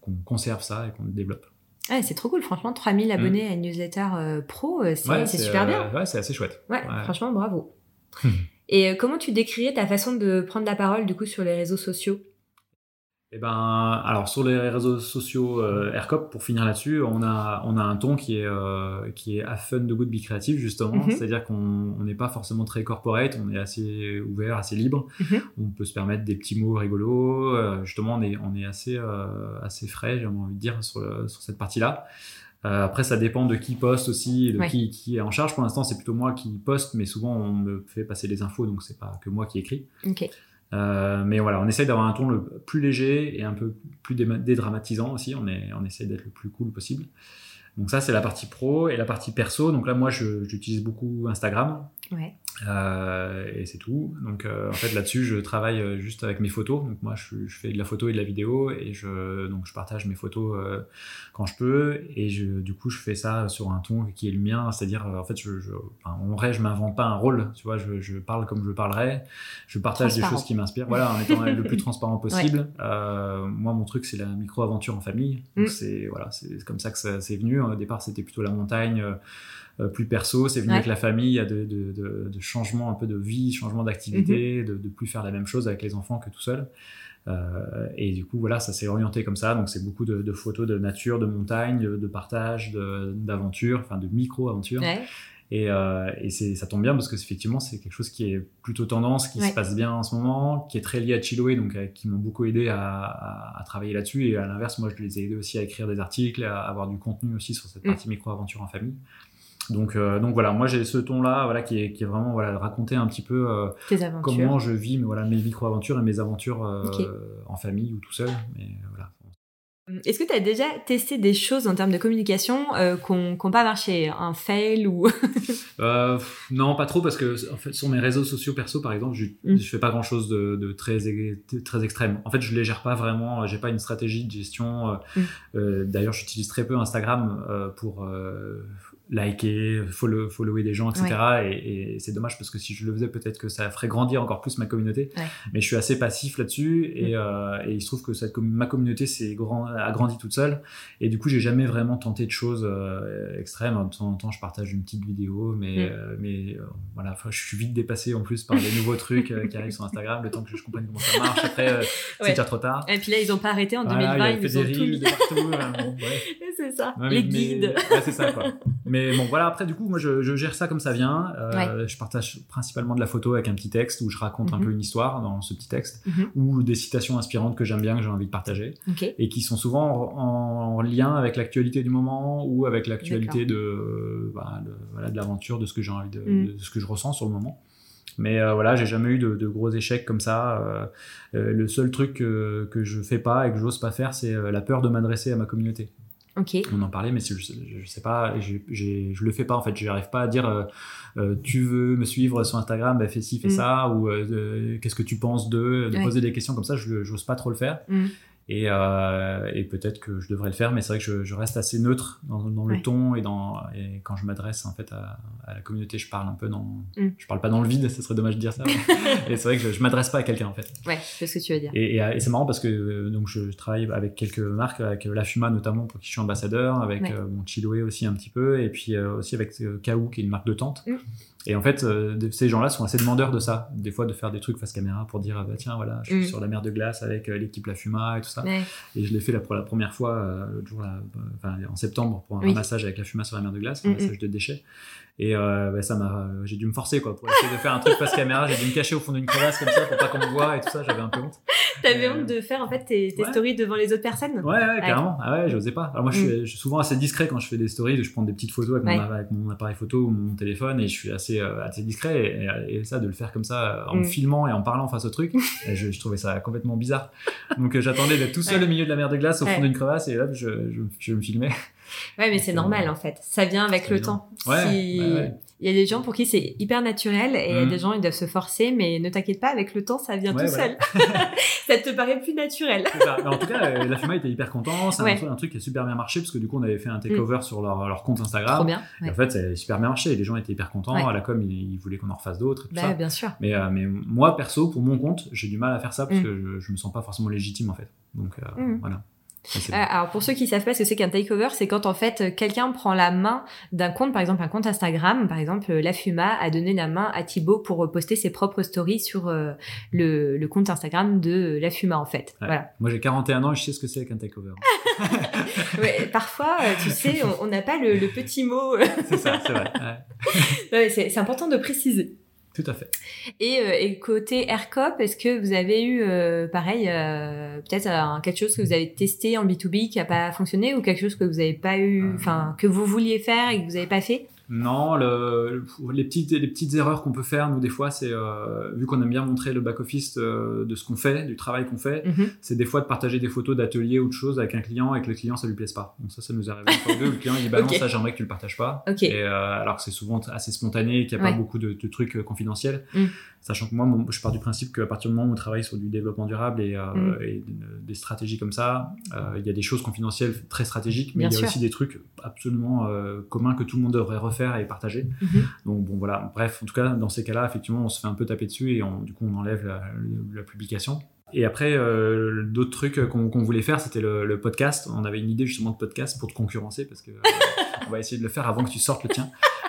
B: qu'on conserve ça et qu'on le développe.
A: Ouais, c'est trop cool, franchement, trois mille abonnés mmh. à une newsletter euh, pro, euh, c'est,
B: ouais,
A: c'est,
B: c'est
A: super
B: euh,
A: bien.
B: Ouais, c'est assez chouette.
A: Ouais,
B: ouais.
A: franchement, bravo. Et euh, comment tu décrirais ta façon de prendre la parole, du coup, sur les réseaux sociaux ?
B: Eh ben, alors sur les réseaux sociaux euh, AirCop, pour finir là-dessus, on a on a un ton qui est euh, qui est à fun de good be créatif justement, mm-hmm. c'est-à-dire qu'on n'est pas forcément très corporate, on est assez ouvert, assez libre, mm-hmm. on peut se permettre des petits mots rigolos, euh, justement on est on est assez euh, assez frais, j'ai envie de dire sur le, sur cette partie-là. Euh, après, ça dépend de qui poste aussi, de ouais. qui, qui est en charge. Pour l'instant, c'est plutôt moi qui poste, mais souvent on me fait passer les infos, donc c'est pas que moi qui écris.
A: Ok.
B: Euh, mais voilà, on essaye d'avoir un ton le plus léger et un peu plus dé- dédramatisant aussi. On, est, on essaye d'être le plus cool possible. Donc ça, c'est la partie pro. Et la partie perso, donc là, moi, je, j'utilise beaucoup Instagram.
A: Ouais.
B: Euh, et c'est tout. Donc euh, en fait, là-dessus, je travaille juste avec mes photos. Donc moi, je, je fais de la photo et de la vidéo. Et je, donc, je partage mes photos euh, quand je peux. Et je, du coup, je fais ça sur un ton qui est le mien. C'est-à-dire, en fait, je, je, enfin, en vrai, je m'invente pas un rôle. Tu vois, je, je parle comme je parlerais. Je partage des choses qui m'inspirent. Voilà, en étant le plus transparent possible. Ouais. Euh, moi, mon truc, c'est la micro-aventure en famille. Donc mm. c'est, voilà, c'est comme ça que ça, c'est venu. Au départ, c'était plutôt la montagne. Euh, Euh, plus perso, c'est venu ouais. avec la famille, il y a de, de, de, de changements un peu de vie, changement d'activité, mm-hmm. de, de plus faire la même chose avec les enfants que tout seul. Euh, et du coup, voilà, ça s'est orienté comme ça. Donc, c'est beaucoup de, de photos de nature, de montagne, de partage, de, d'aventure, enfin de micro-aventures. Ouais. Et, euh, et c'est, ça tombe bien parce que effectivement, c'est quelque chose qui est plutôt tendance, qui ouais. se passe bien en ce moment, qui est très lié à Chiloé, donc euh, qui m'ont beaucoup aidé à, à, à travailler là-dessus. Et à l'inverse, moi, je les ai aidés aussi à écrire des articles, à avoir du contenu aussi sur cette partie mm. micro-aventure en famille. Donc, euh, donc voilà, moi j'ai ce ton-là, voilà, qui est, qui est vraiment voilà, raconter un petit peu euh, comment je vis mais, voilà, mes micro-aventures et mes aventures euh, okay. en famille ou tout seul. Mais, voilà.
A: Est-ce que tu as déjà testé des choses en termes de communication euh, qui n'ont pas marché, un fail ou
B: euh, Non, pas trop, parce que en fait, sur mes réseaux sociaux perso, par exemple, je ne mm. fais pas grand-chose de, de très, très extrême. En fait, je ne les gère pas vraiment, je n'ai pas une stratégie de gestion. Euh, mm. euh, d'ailleurs, j'utilise très peu Instagram euh, pour euh, liker, follow, follower des gens, et cetera. Ouais. Et, et c'est dommage, parce que si je le faisais, peut-être que ça ferait grandir encore plus ma communauté. Ouais. Mais je suis assez passif là-dessus, et, mm. euh, et il se trouve que cette, ma communauté, c'est grand, a grandi toute seule, et du coup j'ai jamais vraiment tenté de choses euh, extrêmes. De temps en temps je partage une petite vidéo, mais, mm. euh, mais euh, voilà, je suis vite dépassé en plus par les nouveaux trucs euh, qui arrivent sur Instagram, le temps que je comprenne comment ça marche. Après euh, ouais. c'est déjà trop tard,
A: et puis là ils ont pas arrêté en voilà, deux mille vingt, ils, ils ont tout mis de partout, euh, bon, ouais. C'est ça, ouais, les mais, guides
B: mais, ouais, c'est ça quoi. Mais bon voilà, après du coup moi je, je gère ça comme ça vient, euh, ouais. je partage principalement de la photo avec un petit texte où je raconte mm-hmm. un peu une histoire dans ce petit texte, mm-hmm. ou des citations inspirantes que j'aime bien, que j'ai envie de partager, okay. et qui sont souvent en, en lien avec l'actualité du moment ou avec l'actualité de, bah, de, voilà, de l'aventure, de ce que j'ai envie de, mm. de ce que je ressens sur le moment. Mais euh, voilà, j'ai jamais eu de, de gros échecs comme ça. Euh, euh, le seul truc que, que je fais pas et que j'ose pas faire, c'est euh, la peur de m'adresser à ma communauté.
A: Okay.
B: On en parlait, mais je, je, je sais pas, je, j'ai, je le fais pas en fait. J'arrive pas à dire euh, euh, tu veux me suivre sur Instagram, bah fais ci, fais mm. ça, ou euh, qu'est-ce que tu penses de, de ouais. poser des questions comme ça. Je j'ose pas trop le faire. Mm. Et, euh, et peut-être que je devrais le faire, mais c'est vrai que je, je reste assez neutre dans, dans le ouais. ton et, dans, et quand je m'adresse en fait à, à la communauté, je parle un peu dans, mm. je parle pas dans le vide, ce serait dommage de dire ça. Et c'est vrai que je, je m'adresse pas à quelqu'un en fait.
A: Ouais, c'est ce que tu veux dire.
B: Et, et, et c'est marrant parce que donc je travaille avec quelques marques, avec La Fuma notamment pour qui je suis ambassadeur, avec ouais. euh, mon Chiloé aussi un petit peu, et puis euh, aussi avec euh, Kaou qui est une marque de tente. Mm. Et en fait, euh, ces gens-là sont assez demandeurs de ça, des fois de faire des trucs face caméra pour dire ah bah tiens voilà, je suis mm. sur la mer de glace avec euh, l'équipe La Fuma et tout ça. Ouais. Et je l'ai fait la, pour la première fois euh, le jour là, enfin, en septembre pour un oui. ramassage avec La Fuma sur la mer de glace, un mm-hmm. ramassage de déchets. Et euh, bah, ça m'a, j'ai dû me forcer quoi pour essayer de faire un truc face caméra. J'ai dû me cacher au fond d'une crevasse comme ça pour pas qu'on me voie et tout ça. J'avais un peu honte.
A: T'avais euh... honte de faire en fait tes, tes ouais. stories devant les autres personnes.
B: Ouais, ouais, carrément. Ah ouais, j'osais pas. Alors moi, mm. je, suis, je suis souvent assez discret quand je fais des stories. Je prends des petites photos avec, ouais. mon, avec mon appareil photo ou mon téléphone et je suis assez, euh, assez discret. Et, et, et ça, de le faire comme ça, en mm. filmant et en parlant face au truc, je, je trouvais ça complètement bizarre. Donc euh, j'attendais d'être tout seul ouais. au milieu de la mer de glace, au fond ouais. d'une crevasse, et là, je, je, je me filmais.
A: Ouais, mais c'est euh, normal en fait. Ça vient avec le temps.
B: Ouais,
A: si...
B: ouais, ouais.
A: Il y a des gens pour qui c'est hyper naturel et il mmh. y a des gens ils doivent se forcer, mais ne t'inquiète pas, avec le temps ça vient ouais, tout voilà. seul. Ça te paraît plus naturel.
B: Mais en tout cas, euh, La Fuma était hyper content. C'est ouais. un, un truc qui a super bien marché parce que du coup on avait fait un takeover mmh. sur leur, leur compte Instagram.
A: Trop bien. Ouais.
B: Et en fait, ça a super bien marché. Et les gens étaient hyper contents. Ouais. À la com, ils, ils voulaient qu'on en refasse d'autres. Et tout
A: bah,
B: ça.
A: Bien sûr.
B: Mais, euh, mais moi perso, pour mon compte, j'ai du mal à faire ça parce mmh. que je, je me sens pas forcément légitime en fait. Donc euh, mmh. voilà.
A: Euh, alors pour ceux qui savent pas ce que c'est qu'un takeover, c'est quand en fait quelqu'un prend la main d'un compte, par exemple un compte Instagram, par exemple La Fuma a donné la main à Thibaut pour poster ses propres stories sur euh, le, le compte Instagram de La Fuma en fait.
B: Ouais.
A: Voilà.
B: Moi j'ai quarante et un ans et je sais ce que c'est qu'un takeover.
A: Ouais, parfois, tu sais, on n'a pas le, le petit mot.
B: C'est ça, c'est vrai. Ouais.
A: Ouais, c'est, c'est important de préciser.
B: Tout à fait.
A: Et, euh, et côté AirCop, est-ce que vous avez eu, euh, pareil, euh, peut-être euh, quelque chose que vous avez testé en B deux B qui n'a pas fonctionné ou quelque chose que vous n'avez pas eu, enfin, euh... que vous vouliez faire et que vous n'avez pas fait?
B: Non, le, les, petites, les petites erreurs qu'on peut faire, nous, des fois, c'est, euh, vu qu'on aime bien montrer le back-office euh, de ce qu'on fait, du travail qu'on fait, mm-hmm. c'est des fois de partager des photos d'atelier ou de choses avec un client et que le client, ça lui plaise pas. Donc ça, ça nous arrive une fois ou deux. Le client, il dit, bah okay. non, ça, j'aimerais que tu le partages pas. Okay. Et, euh, alors que c'est souvent assez spontané et qu'il n'y a ouais. pas beaucoup de, de trucs confidentiels. Mm. Sachant que moi, mon, je pars du principe qu'à partir du moment où on travaille sur du développement durable et, euh, mm. et des stratégies comme ça, euh, il y a des choses confidentielles très stratégiques, mais bien il y a sûr. Aussi des trucs absolument euh, communs que tout le monde devrait refaire et partager. Mm-hmm. Donc bon voilà, bref, en tout cas dans ces cas-là, effectivement, on se fait un peu taper dessus et on, du coup on enlève la, la, la publication. Et après, euh, d'autres trucs qu'on, qu'on voulait faire, c'était le, le podcast. On avait une idée justement de podcast pour te concurrencer parce que euh, on va essayer de le faire avant que tu sortes le tien.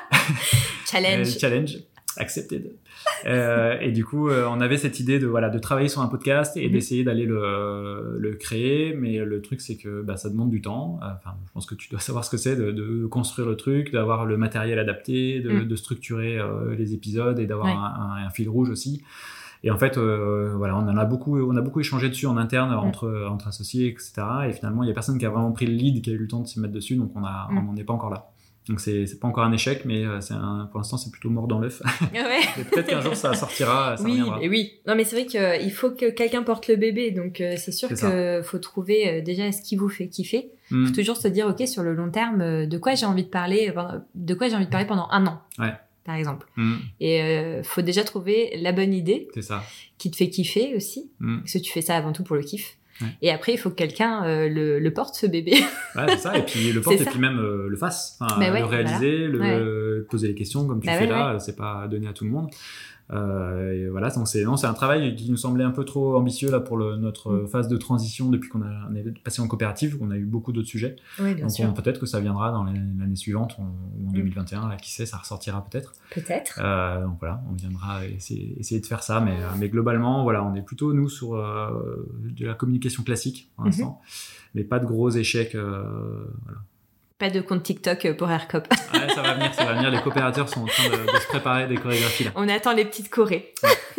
A: Challenge.
B: euh, challenge. Accepted. euh, et du coup, euh, on avait cette idée de voilà de travailler sur un podcast et mmh. d'essayer d'aller le, le créer, mais le truc c'est que bah, ça demande du temps. Enfin, je pense que tu dois savoir ce que c'est de, de construire le truc, d'avoir le matériel adapté, de, mmh. de structurer euh, les épisodes et d'avoir ouais. un, un, un fil rouge aussi. Et en fait, euh, voilà, on en a beaucoup, on a beaucoup échangé dessus en interne mmh. entre entre associés, et cetera. Et finalement, il y a personne qui a vraiment pris le lead, qui a eu le temps de s'y mettre dessus, donc on a, mmh. on n'en est pas encore là. Donc c'est c'est pas encore un échec, mais c'est un, pour l'instant c'est plutôt mort dans l'œuf. Ouais. Et peut-être qu'un jour ça sortira, ça
A: oui,
B: reviendra.
A: Et oui. Non mais c'est vrai qu'il faut que quelqu'un porte le bébé, donc euh, c'est sûr c'est que ça. Faut trouver euh, déjà ce qui vous fait kiffer. Mm. Faut toujours se dire ok sur le long terme euh, de quoi j'ai envie de parler, de quoi j'ai envie de parler pendant un an.
B: Ouais.
A: Par exemple.
B: Mm.
A: Et euh, faut déjà trouver la bonne idée.
B: C'est ça.
A: Qui te fait kiffer aussi, mm. parce que tu fais ça avant tout pour le kiff. Ouais. Et après, il faut que quelqu'un euh, le, le porte, ce bébé.
B: Ouais, c'est ça. Et puis le porte et puis même euh, le fasse. Enfin, bah ouais, le réaliser, voilà. le ouais. poser les questions comme tu bah fais ouais, là. Ouais. C'est pas donné à tout le monde. Euh, et voilà, donc c'est, non, c'est un travail qui nous semblait un peu trop ambitieux là pour le, notre mmh. phase de transition depuis qu'on a, on est passé en coopérative, on a eu beaucoup d'autres sujets.
A: Oui, bien
B: donc
A: sûr.
B: On, peut-être que ça viendra dans l'année, l'année suivante ou en deux mille vingt et un, là, qui sait, ça ressortira peut-être.
A: Peut-être.
B: Euh, donc voilà, on viendra essayer, essayer de faire ça, mais, mais globalement, voilà, on est plutôt nous sur euh, de la communication classique pour l'instant, mmh. mais pas de gros échecs. Euh, voilà.
A: Pas de compte TikTok pour AirCop.
B: Ouais, ça va venir, ça va venir. Les coopérateurs sont en train de, de se préparer des chorégraphies là.
A: On attend les petites chorés. Ouais.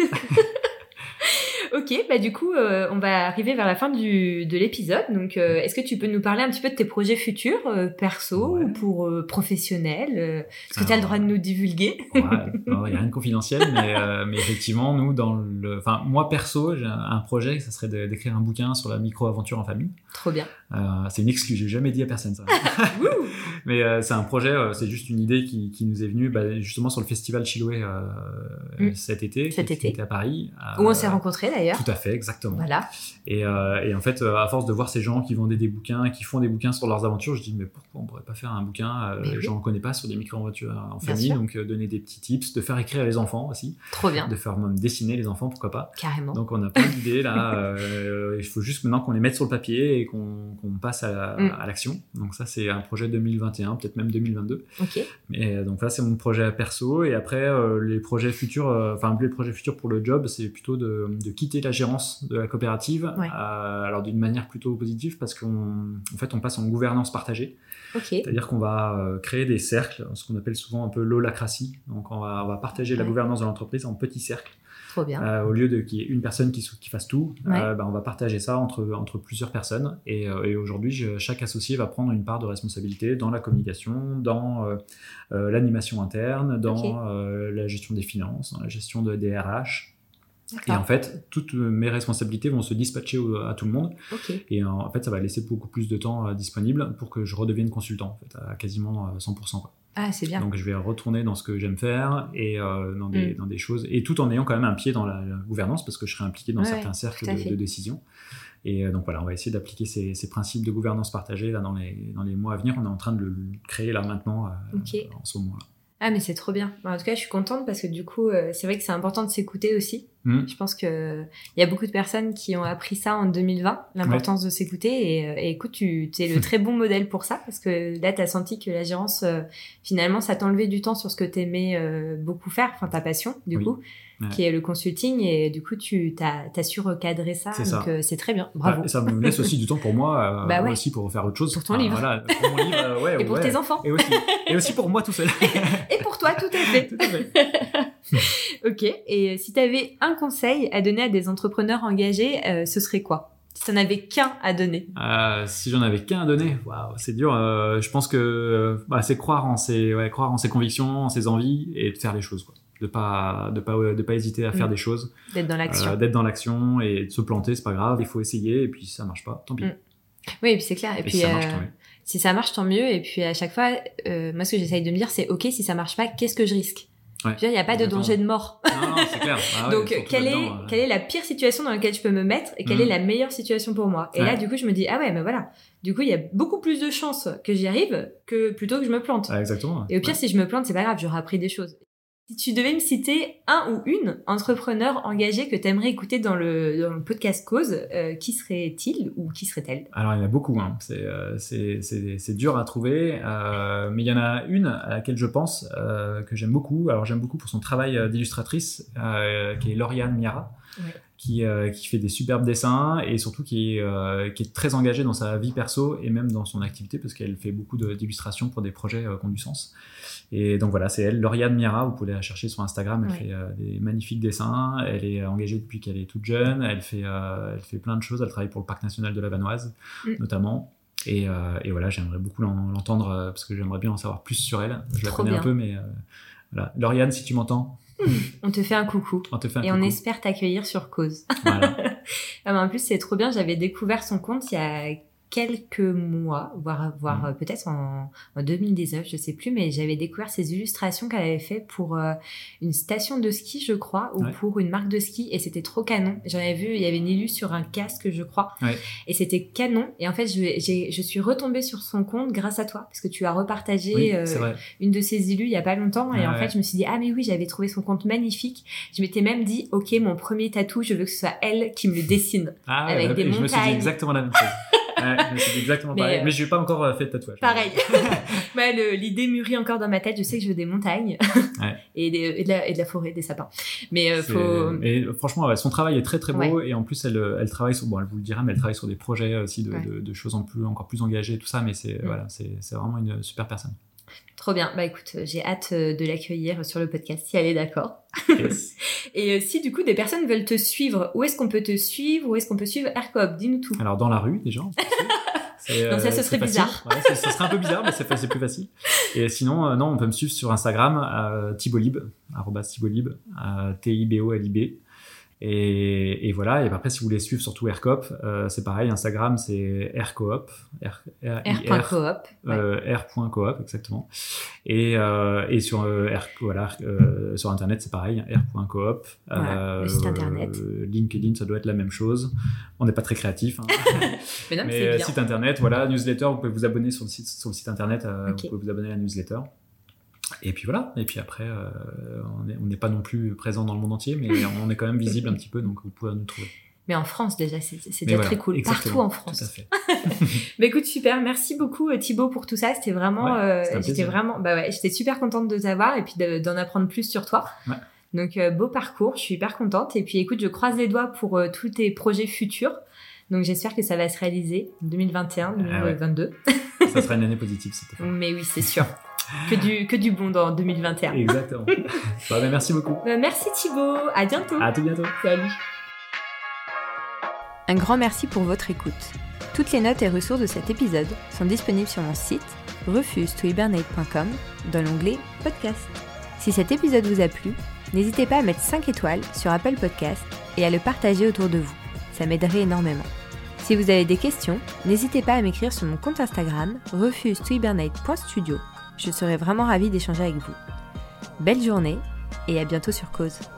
A: Ok, bah du coup, euh, on va arriver vers la fin du, de l'épisode. Donc, euh, est-ce que tu peux nous parler un petit peu de tes projets futurs, euh, perso ouais. ou pour euh, professionnels euh, Est-ce que tu as le droit de nous divulguer?
B: Ouais, il n'y a rien de confidentiel, mais, euh, mais effectivement, nous, dans le, enfin, moi perso, j'ai un projet, ça serait de, d'écrire un bouquin sur la micro-aventure en famille.
A: Trop bien.
B: Euh, c'est une excuse, j'ai jamais dit à personne ça. Mais euh, c'est un projet, euh, c'est juste une idée qui, qui nous est venue bah, justement sur le festival Chiloé euh, mmh. cet été,
A: cet
B: qui,
A: été.
B: qui était à Paris.
A: Euh, Où on s'est rencontrés d'ailleurs.
B: Tout à fait, exactement.
A: Voilà.
B: Et, euh, et en fait, euh, à force de voir ces gens qui vendaient des bouquins, qui font des bouquins sur leurs aventures, je dis mais pourquoi on pourrait pas faire un bouquin euh, oui. J'en connais pas sur des micro-aventures en Bien famille, sûr. Donc euh, donner des petits tips, de faire écrire les enfants aussi.
A: Trop bien.
B: De faire même dessiner les enfants, pourquoi pas.
A: Carrément.
B: Donc on a plein d'idées là. euh, il faut juste maintenant qu'on les mette sur le papier et qu'on, qu'on passe à, la, mm. à l'action. Donc ça c'est un projet deux mille vingt et un, peut-être même deux mille vingt-deux.
A: Ok.
B: Et donc là c'est mon projet perso. Et après euh, les projets futurs, enfin euh, les projets futurs pour le job, c'est plutôt de, de quitter la gérance de la coopérative. Ouais. Euh, alors d'une manière plutôt positive parce qu'en en fait on passe en gouvernance partagée.
A: Okay.
B: C'est-à-dire qu'on va euh, créer des cercles, ce qu'on appelle souvent un peu l'holacratie. Donc on va, on va partager ouais. la gouvernance de l'entreprise en petits cercles.
A: Trop bien.
B: Euh, au lieu de qu'il y ait une personne qui, qui fasse tout,
A: ouais.
B: euh, bah, on va partager ça entre, entre plusieurs personnes. Et, euh, et aujourd'hui, je, chaque associé va prendre une part de responsabilité dans la communication, dans euh, euh, l'animation interne, dans okay. euh, la gestion des finances, dans la gestion de, des R H. D'accord. Et en fait, toutes mes responsabilités vont se dispatcher au, à tout le monde.
A: Okay.
B: Et en fait, ça va laisser beaucoup plus de temps euh, disponible pour que je redevienne consultant, en fait, à quasiment euh, cent pour cent. Quoi.
A: Ah, c'est bien.
B: Donc, je vais retourner dans ce que j'aime faire et euh, dans, des, mm. dans des choses, et tout en ayant quand même un pied dans la, la gouvernance, parce que je serai impliqué dans ouais, certains cercles de, de décision. Et euh, donc voilà, on va essayer d'appliquer ces, ces principes de gouvernance partagée là, dans, les, dans les mois à venir. On est en train de le créer là maintenant, euh,
A: okay.
B: en ce moment-là.
A: Ah mais c'est trop bien. En tout cas, je suis contente parce que du coup, euh, c'est vrai que c'est important de s'écouter aussi. Mmh. Je pense qu'il y a beaucoup de personnes qui ont appris ça en deux mille vingt, l'importance ouais. de s'écouter. Et, et écoute, tu es le très bon modèle pour ça, parce que là, tu as senti que la gérance, euh, finalement, ça t'enlevait du temps sur ce que tu aimais euh, beaucoup faire, enfin ta passion, du oui. coup, ouais. qui est le consulting. Et du coup, tu as su recadrer ça. C'est donc, ça. Euh, c'est très bien. Bravo.
B: Ah, et ça me laisse aussi du temps pour moi, euh, bah ouais. aussi pour faire autre chose.
A: Pour ton ah, livre.
B: Voilà, pour mon livre, euh, ouais,
A: et pour
B: ouais.
A: tes enfants.
B: Et aussi, et aussi pour moi tout seul.
A: Et pour toi, tout à fait.
B: Tout à fait.
A: Ok, et si tu avais un conseil à donner à des entrepreneurs engagés, euh, ce serait quoi? Si tu n'en avais qu'un à donner.
B: Euh, si j'en avais qu'un à donner, waouh, c'est dur. Euh, je pense que bah, c'est croire en ses, ouais, croire en ses convictions, en ses envies et de faire les choses, quoi. De pas, de pas, de pas hésiter à faire mmh. des choses.
A: D'être dans l'action.
B: Euh, d'être dans l'action et de se planter, c'est pas grave. Il faut essayer et puis si ça marche pas, tant pis. Mmh.
A: Oui, et puis c'est clair. Et, et puis
B: si ça
A: euh...
B: marche, tant mieux.
A: Si ça marche, tant mieux. Et puis à chaque fois, euh, moi ce que j'essaye de me dire, c'est ok, si ça marche pas, qu'est-ce que je risque? Ouais, il n'y a pas exactement. de danger de mort.
B: Non, non, c'est clair. Ah ouais,
A: donc, quelle est, ouais. quelle est la pire situation dans laquelle je peux me mettre et quelle mmh. est la meilleure situation pour moi? Et ouais. là, du coup, je me dis, ah ouais, mais voilà. Du coup, il y a beaucoup plus de chances que j'y arrive que plutôt que je me plante.
B: Ah, exactement.
A: Et au pire, ouais. si je me plante, c'est pas grave, j'aurai appris des choses. Si tu devais me citer un ou une entrepreneur engagé que tu aimerais écouter dans le, dans le podcast Cause, euh, qui serait-il ou qui serait-elle?
B: Alors, il y en a beaucoup. Hein. C'est, euh, c'est, c'est, c'est dur à trouver. Euh, mais il y en a une à laquelle je pense, euh, que j'aime beaucoup. Alors, j'aime beaucoup pour son travail d'illustratrice, euh, qui est Lauriane Miara. Ouais. Qui, euh, qui fait des superbes dessins et surtout qui est, euh, qui est très engagée dans sa vie perso et même dans son activité parce qu'elle fait beaucoup de, d'illustrations pour des projets euh, qui ont du sens. Et donc voilà, c'est elle, Lauriane Miara, vous pouvez la chercher sur Instagram, elle ouais. fait euh, des magnifiques dessins, elle est engagée depuis qu'elle est toute jeune, elle fait, euh, elle fait plein de choses, elle travaille pour le Parc National de la Vanoise mm. notamment. Et, euh, et voilà, j'aimerais beaucoup l'entendre euh, parce que j'aimerais bien en savoir plus sur elle. Je Trop la connais bien. un peu, mais euh, voilà. Lauriane, si tu m'entends,
A: on te fait un coucou.
B: On te fait un
A: et
B: coucou.
A: On espère t'accueillir sur Cause.
B: Voilà.
A: En plus, c'est trop bien. J'avais découvert son compte il y a quelques mois, voire, voire mmh. peut-être en, en deux mille dix-neuf, je sais plus, mais j'avais découvert ses illustrations qu'elle avait fait pour euh, une station de ski, je crois, ou ouais. pour une marque de ski, et c'était trop canon. J'en avais vu, il y avait une illu sur un casque, je crois, ouais. et c'était canon. Et en fait, je, j'ai, je suis retombée sur son compte grâce à toi, parce que tu as repartagé oui, euh, une de ses illus il y a pas longtemps, et ouais, en ouais. fait, je me suis dit, ah mais oui, j'avais trouvé son compte magnifique. Je m'étais même dit, ok, mon premier tatou, je veux que ce soit elle qui me le dessine,
B: ah ouais,
A: avec
B: bah,
A: des
B: je
A: montagnes.
B: me suis dit exactement la même chose. Ouais, c'est exactement mais pareil. Euh... Mais je n'ai pas encore fait de tatouage.
A: Pareil. Ouais, le, l'idée mûrit encore dans ma tête. Je sais que je veux des montagnes ouais. et, des, et, de la, et de la forêt, des sapins. Mais euh, faut.
B: Et franchement, ouais, son travail est très très beau ouais. et en plus elle, elle travaille sur, bon, elle vous le dira, mais elle travaille sur des projets aussi de, ouais. de, de choses en plus, encore plus engagées et tout ça. Mais c'est mm. voilà, c'est, c'est vraiment une super personne.
A: Trop bien. Bah écoute, j'ai hâte de l'accueillir sur le podcast si elle est d'accord.
B: Yes.
A: Et si du coup des personnes veulent te suivre, où est-ce qu'on peut te suivre? Où est-ce qu'on peut suivre Aircoop? Dis-nous tout.
B: Alors dans la rue déjà.
A: C'est, Donc ça, ce serait bizarre.
B: Ouais, ça, ça serait un peu bizarre, mais c'est, c'est plus facile. Et sinon, euh, non, on peut me suivre sur Instagram, euh, Thibaulib, arobase Thibaulib, euh, T I B O L I B. Et, et voilà. Et après, si vous voulez suivre surtout Aircoop, euh, c'est pareil. Instagram, c'est Aircoop. R, R,
A: R. R.coop.
B: Euh, R.coop, exactement. Et, euh, et sur, euh, R, voilà, euh, sur Internet, c'est pareil. R.coop.
A: Voilà, euh, le site Internet.
B: Euh, LinkedIn, ça doit être la même chose. On n'est pas très créatif. Hein.
A: mais non, mais, mais
B: c'est
A: bien.
B: Site Internet, voilà. Newsletter, vous pouvez vous abonner sur le site, sur le site Internet. Euh, okay. Vous pouvez vous abonner à la newsletter. Et puis voilà, et puis après, euh, on n'est pas non plus présent dans le monde entier, mais on est quand même visible un petit peu, donc vous pouvez nous trouver.
A: Mais en France déjà, c'est, c'est déjà voilà, très cool,
B: exactement,
A: partout en France.
B: Tout à fait.
A: Bah écoute, super, merci beaucoup Thibaut pour tout ça, c'était vraiment,
B: ouais,
A: euh,
B: c'était
A: j'étais vraiment, bah ouais, j'étais super contente de t'avoir et puis de, d'en apprendre plus sur toi.
B: Ouais.
A: Donc euh, beau parcours, je suis hyper contente, et puis écoute, je croise les doigts pour euh, tous tes projets futurs. Donc j'espère que ça va se réaliser en deux mille vingt et un, deux mille vingt-deux.
B: Ah ouais. Ça sera une année positive, c'était fort.
A: Mais oui, c'est sûr. Que du, que du bon dans deux mille vingt et un.
B: Exactement. Bon, ben merci beaucoup.
A: Ben merci Thibaut. À bientôt.
B: À tout bientôt.
A: Salut. Un grand merci pour votre écoute. Toutes les notes et ressources de cet épisode sont disponibles sur mon site refuse to hibernate point com dans l'onglet podcast. Si cet épisode vous a plu, n'hésitez pas à mettre cinq étoiles sur Apple Podcast et à le partager autour de vous. Ça m'aiderait énormément. Si vous avez des questions, n'hésitez pas à m'écrire sur mon compte Instagram refuse to hibernate point studio. Je serai vraiment ravie d'échanger avec vous. Belle journée et à bientôt sur Cause.